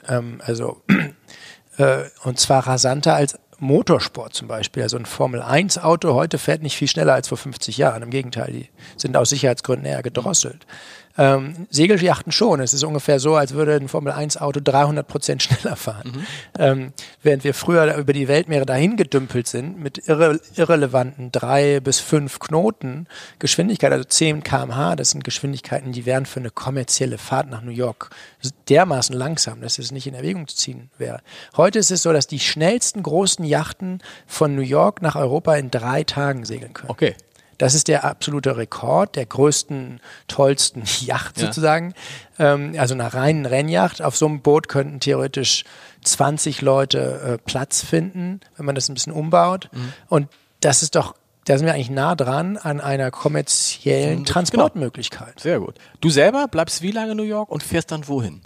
Speaker 4: Und zwar rasanter als Motorsport zum Beispiel. Also ein Formel-1-Auto heute fährt nicht viel schneller als vor 50 Jahren. Im Gegenteil, die sind aus Sicherheitsgründen eher gedrosselt. Segelyachten schon. Es ist ungefähr so, als würde ein Formel-1-Auto 300% schneller fahren. Während wir früher über die Weltmeere dahin gedümpelt sind mit irrelevanten 3 bis 5 Knoten Geschwindigkeit, also 10 km/h, das sind Geschwindigkeiten, die wären für eine kommerzielle Fahrt nach New York dermaßen langsam, dass es nicht in Erwägung zu ziehen wäre. Heute ist es so, dass die schnellsten großen Yachten von New York nach Europa in 3 Tagen segeln können.
Speaker 3: Okay.
Speaker 4: Das ist der absolute Rekord der größten, tollsten Yacht sozusagen. Also einer reinen Rennjacht. Auf so einem Boot könnten theoretisch 20 Leute Platz finden, wenn man das ein bisschen umbaut. Und das ist doch, da sind wir eigentlich nah dran an einer kommerziellen Transportmöglichkeit.
Speaker 3: Sehr gut. Du selber bleibst wie lange in New York und fährst dann wohin?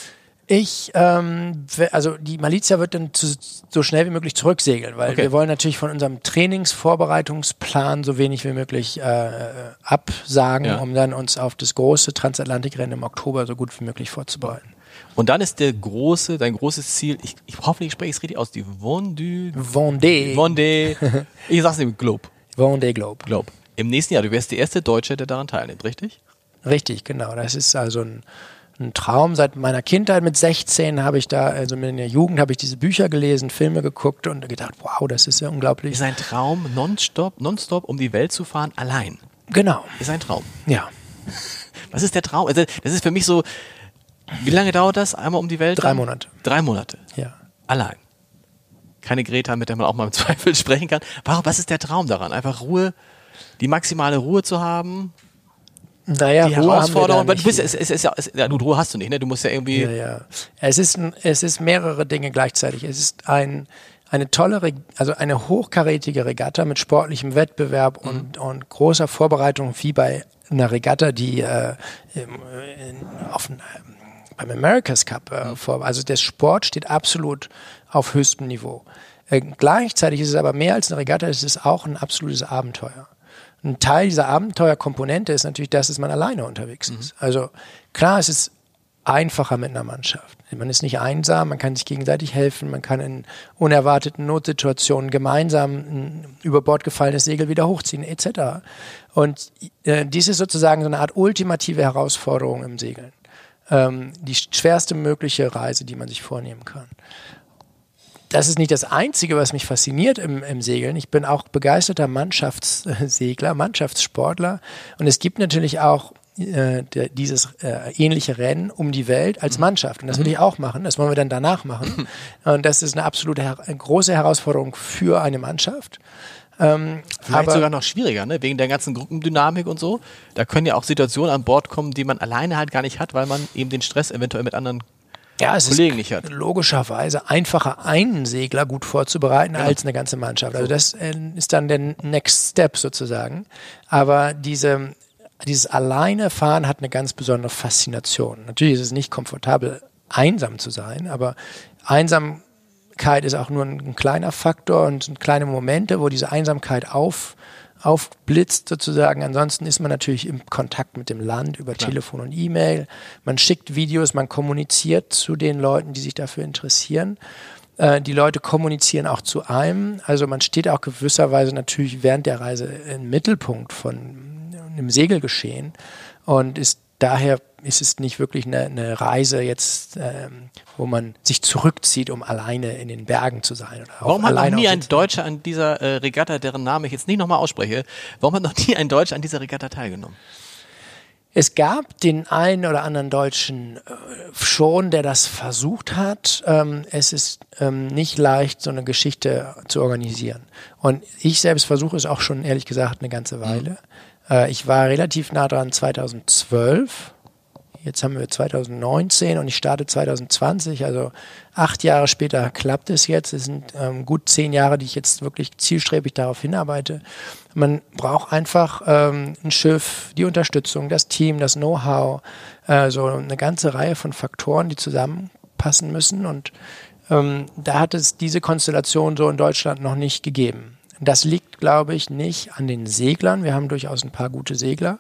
Speaker 4: Also die Malizia wird dann so schnell wie möglich zurücksegeln, weil wir wollen natürlich von unserem Trainingsvorbereitungsplan so wenig wie möglich absagen, um dann uns auf das große Transatlantikrennen im Oktober so gut wie möglich vorzubereiten.
Speaker 3: Und dann ist dein großes Ziel, ich hoffe, ich spreche es richtig aus, die Vendée. Ich sag's nicht, Globe.
Speaker 4: Vendée Globe.
Speaker 3: Im nächsten Jahr, du wärst die erste Deutsche, der daran teilnimmt, richtig?
Speaker 4: Richtig, genau. Das ist also ein Traum. Seit meiner Kindheit mit 16 habe ich in der Jugend habe ich diese Bücher gelesen, Filme geguckt und gedacht, wow, das ist ja unglaublich.
Speaker 3: Ist ein Traum, nonstop um die Welt zu fahren, allein.
Speaker 4: Genau.
Speaker 3: Ist ein Traum.
Speaker 4: Ja.
Speaker 3: Was ist der Traum? Also, das ist für mich so, wie lange dauert das? Einmal um die Welt?
Speaker 4: 3 Monate.
Speaker 3: 3 Monate?
Speaker 4: Ja.
Speaker 3: Allein. Keine Greta, mit der man auch mal im Zweifel sprechen kann. Was ist der Traum daran? Einfach Ruhe, die maximale Ruhe zu haben?
Speaker 4: Naja,
Speaker 3: die
Speaker 4: Ruhe
Speaker 3: Herausforderung,
Speaker 4: haben wir da nicht.
Speaker 3: Ruhe hast du nicht, ne? Du musst ja irgendwie.
Speaker 4: Ja. Es ist mehrere Dinge gleichzeitig. Es ist eine tolle, also eine hochkarätige Regatta mit sportlichem Wettbewerb und großer Vorbereitung, wie bei einer Regatta, die beim America's Cup also der Sport steht absolut auf höchstem Niveau. Gleichzeitig ist es aber mehr als eine Regatta, es ist auch ein absolutes Abenteuer. Ein Teil dieser Abenteuerkomponente ist natürlich, dass man alleine unterwegs ist. Also klar, es ist einfacher mit einer Mannschaft. Man ist nicht einsam, man kann sich gegenseitig helfen, man kann in unerwarteten Notsituationen gemeinsam ein über Bord gefallenes Segel wieder hochziehen, etc. Und dies ist sozusagen so eine Art ultimative Herausforderung im Segeln. Die schwerste mögliche Reise, die man sich vornehmen kann. Das ist nicht das Einzige, was mich fasziniert im Segeln. Ich bin auch begeisterter Mannschaftssegler, Mannschaftssportler. Und es gibt natürlich auch dieses ähnliche Rennen um die Welt als Mannschaft. Und das will ich auch machen. Das wollen wir dann danach machen. Und das ist eine absolute große Herausforderung für eine Mannschaft.
Speaker 3: Vielleicht sogar noch schwieriger, ne? Wegen der ganzen Gruppendynamik und so. Da können ja auch Situationen an Bord kommen, die man alleine halt gar nicht hat, weil man eben den Stress eventuell mit anderen Kollegen nicht hat.
Speaker 4: Logischerweise einfacher, einen Segler gut vorzubereiten als eine ganze Mannschaft. Also das ist dann der Next Step sozusagen. Aber dieses Alleinefahren hat eine ganz besondere Faszination. Natürlich ist es nicht komfortabel, einsam zu sein, aber Einsamkeit ist auch nur ein kleiner Faktor und sind kleine Momente, wo diese Einsamkeit aufblitzt sozusagen. Ansonsten ist man natürlich im Kontakt mit dem Land über Telefon und E-Mail. Man schickt Videos, man kommuniziert zu den Leuten, die sich dafür interessieren. Die Leute kommunizieren auch zu einem. Also man steht auch gewisserweise natürlich während der Reise im Mittelpunkt von einem Segelgeschehen und daher ist es nicht wirklich eine Reise jetzt, wo man sich zurückzieht, um alleine in den Bergen zu sein. Oder
Speaker 3: warum hat noch nie ein Deutscher an dieser Regatta, deren Namen ich jetzt nicht nochmal ausspreche, warum hat noch nie ein Deutscher an dieser Regatta teilgenommen?
Speaker 4: Es gab den einen oder anderen Deutschen schon, der das versucht hat. Es ist nicht leicht, so eine Geschichte zu organisieren. Und ich selbst versuche es auch schon, ehrlich gesagt, eine ganze Weile. Ich war relativ nah dran 2012. Jetzt haben wir 2019 und ich starte 2020, also 8 Jahre später klappt es jetzt. Es sind gut 10 Jahre, die ich jetzt wirklich zielstrebig darauf hinarbeite. Man braucht einfach ein Schiff, die Unterstützung, das Team, das Know-how, so eine ganze Reihe von Faktoren, die zusammenpassen müssen. Und da hat es diese Konstellation so in Deutschland noch nicht gegeben. Das liegt, glaube ich, nicht an den Seglern. Wir haben durchaus ein paar gute Segler.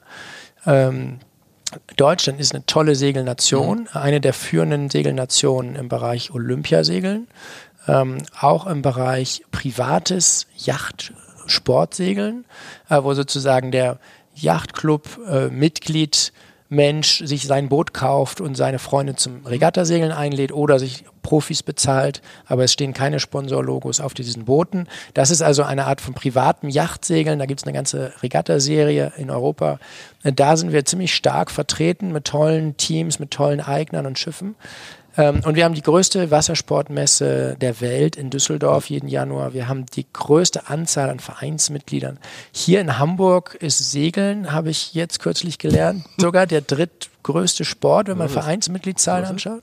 Speaker 4: Deutschland ist eine tolle Segelnation, eine der führenden Segelnationen im Bereich Olympiasegeln, auch im Bereich privates Yacht-Sportsegeln, wo sozusagen der Yachtclub Mitglied Mensch sich sein Boot kauft und seine Freunde zum Regattasegeln einlädt oder sich Profis bezahlt, aber es stehen keine Sponsorlogos auf diesen Booten. Das ist also eine Art von privatem Yachtsegeln, da gibt es eine ganze Regattaserie in Europa. Da sind wir ziemlich stark vertreten mit tollen Teams, mit tollen Eignern und Schiffen. Und wir haben die größte Wassersportmesse der Welt in Düsseldorf jeden Januar. Wir haben die größte Anzahl an Vereinsmitgliedern. Hier in Hamburg ist Segeln, habe ich jetzt kürzlich gelernt, sogar der drittgrößte Sport, wenn man Vereinsmitgliedszahlen anschaut.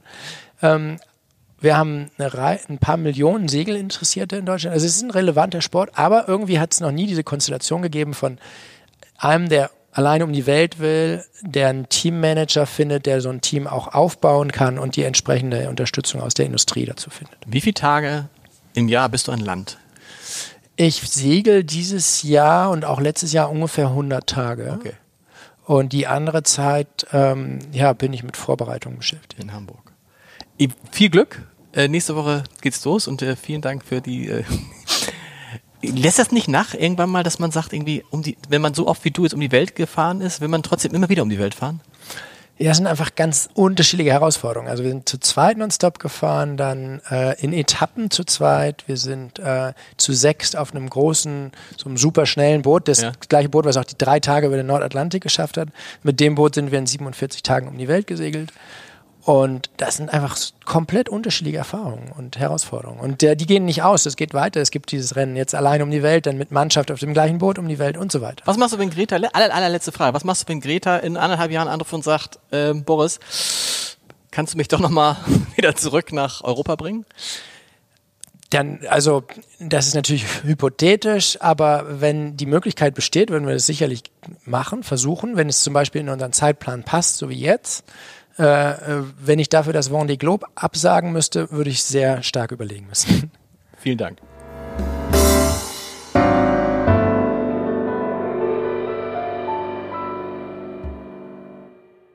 Speaker 4: Wir haben ein paar Millionen Segelinteressierte in Deutschland. Also es ist ein relevanter Sport, aber irgendwie hat es noch nie diese Konstellation gegeben von einem, der alleine um die Welt will, der einen Teammanager findet, der so ein Team auch aufbauen kann und die entsprechende Unterstützung aus der Industrie dazu findet.
Speaker 3: Wie viele Tage im Jahr bist du an Land?
Speaker 4: Ich segel dieses Jahr und auch letztes Jahr ungefähr 100 Tage.
Speaker 3: Okay.
Speaker 4: Und die andere Zeit bin ich mit Vorbereitungen beschäftigt.
Speaker 3: In Hamburg. Viel Glück. Nächste Woche geht's los und vielen Dank für die... Lässt das nicht nach irgendwann mal, dass man sagt, irgendwie, wenn man so oft wie du jetzt um die Welt gefahren ist, will man trotzdem immer wieder um die Welt fahren?
Speaker 4: Ja, es sind einfach ganz unterschiedliche Herausforderungen. Also wir sind zu zweit nonstop gefahren, dann in Etappen zu zweit. Wir sind zu 6 auf einem großen, so einem super schnellen Boot. Das gleiche Boot, was auch die 3 Tage über den Nordatlantik geschafft hat. Mit dem Boot sind wir in 47 Tagen um die Welt gesegelt. Und das sind einfach komplett unterschiedliche Erfahrungen und Herausforderungen. Und die gehen nicht aus, es geht weiter. Es gibt dieses Rennen jetzt allein um die Welt, dann mit Mannschaft auf dem gleichen Boot um die Welt und so weiter.
Speaker 3: Was machst du, wenn Greta, allerletzte Frage, was machst du, wenn Greta in 1,5 Jahren anruft und sagt, Boris, kannst du mich doch nochmal wieder zurück nach Europa bringen?
Speaker 4: Dann, also, das ist natürlich hypothetisch, aber wenn die Möglichkeit besteht, würden wir das sicherlich machen, versuchen, wenn es zum Beispiel in unseren Zeitplan passt, so wie jetzt. Wenn ich dafür das Vendée Globe absagen müsste, würde ich sehr stark überlegen müssen.
Speaker 3: Vielen Dank.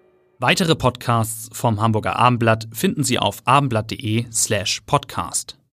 Speaker 2: Weitere Podcasts vom Hamburger Abendblatt finden Sie auf abendblatt.de/podcast.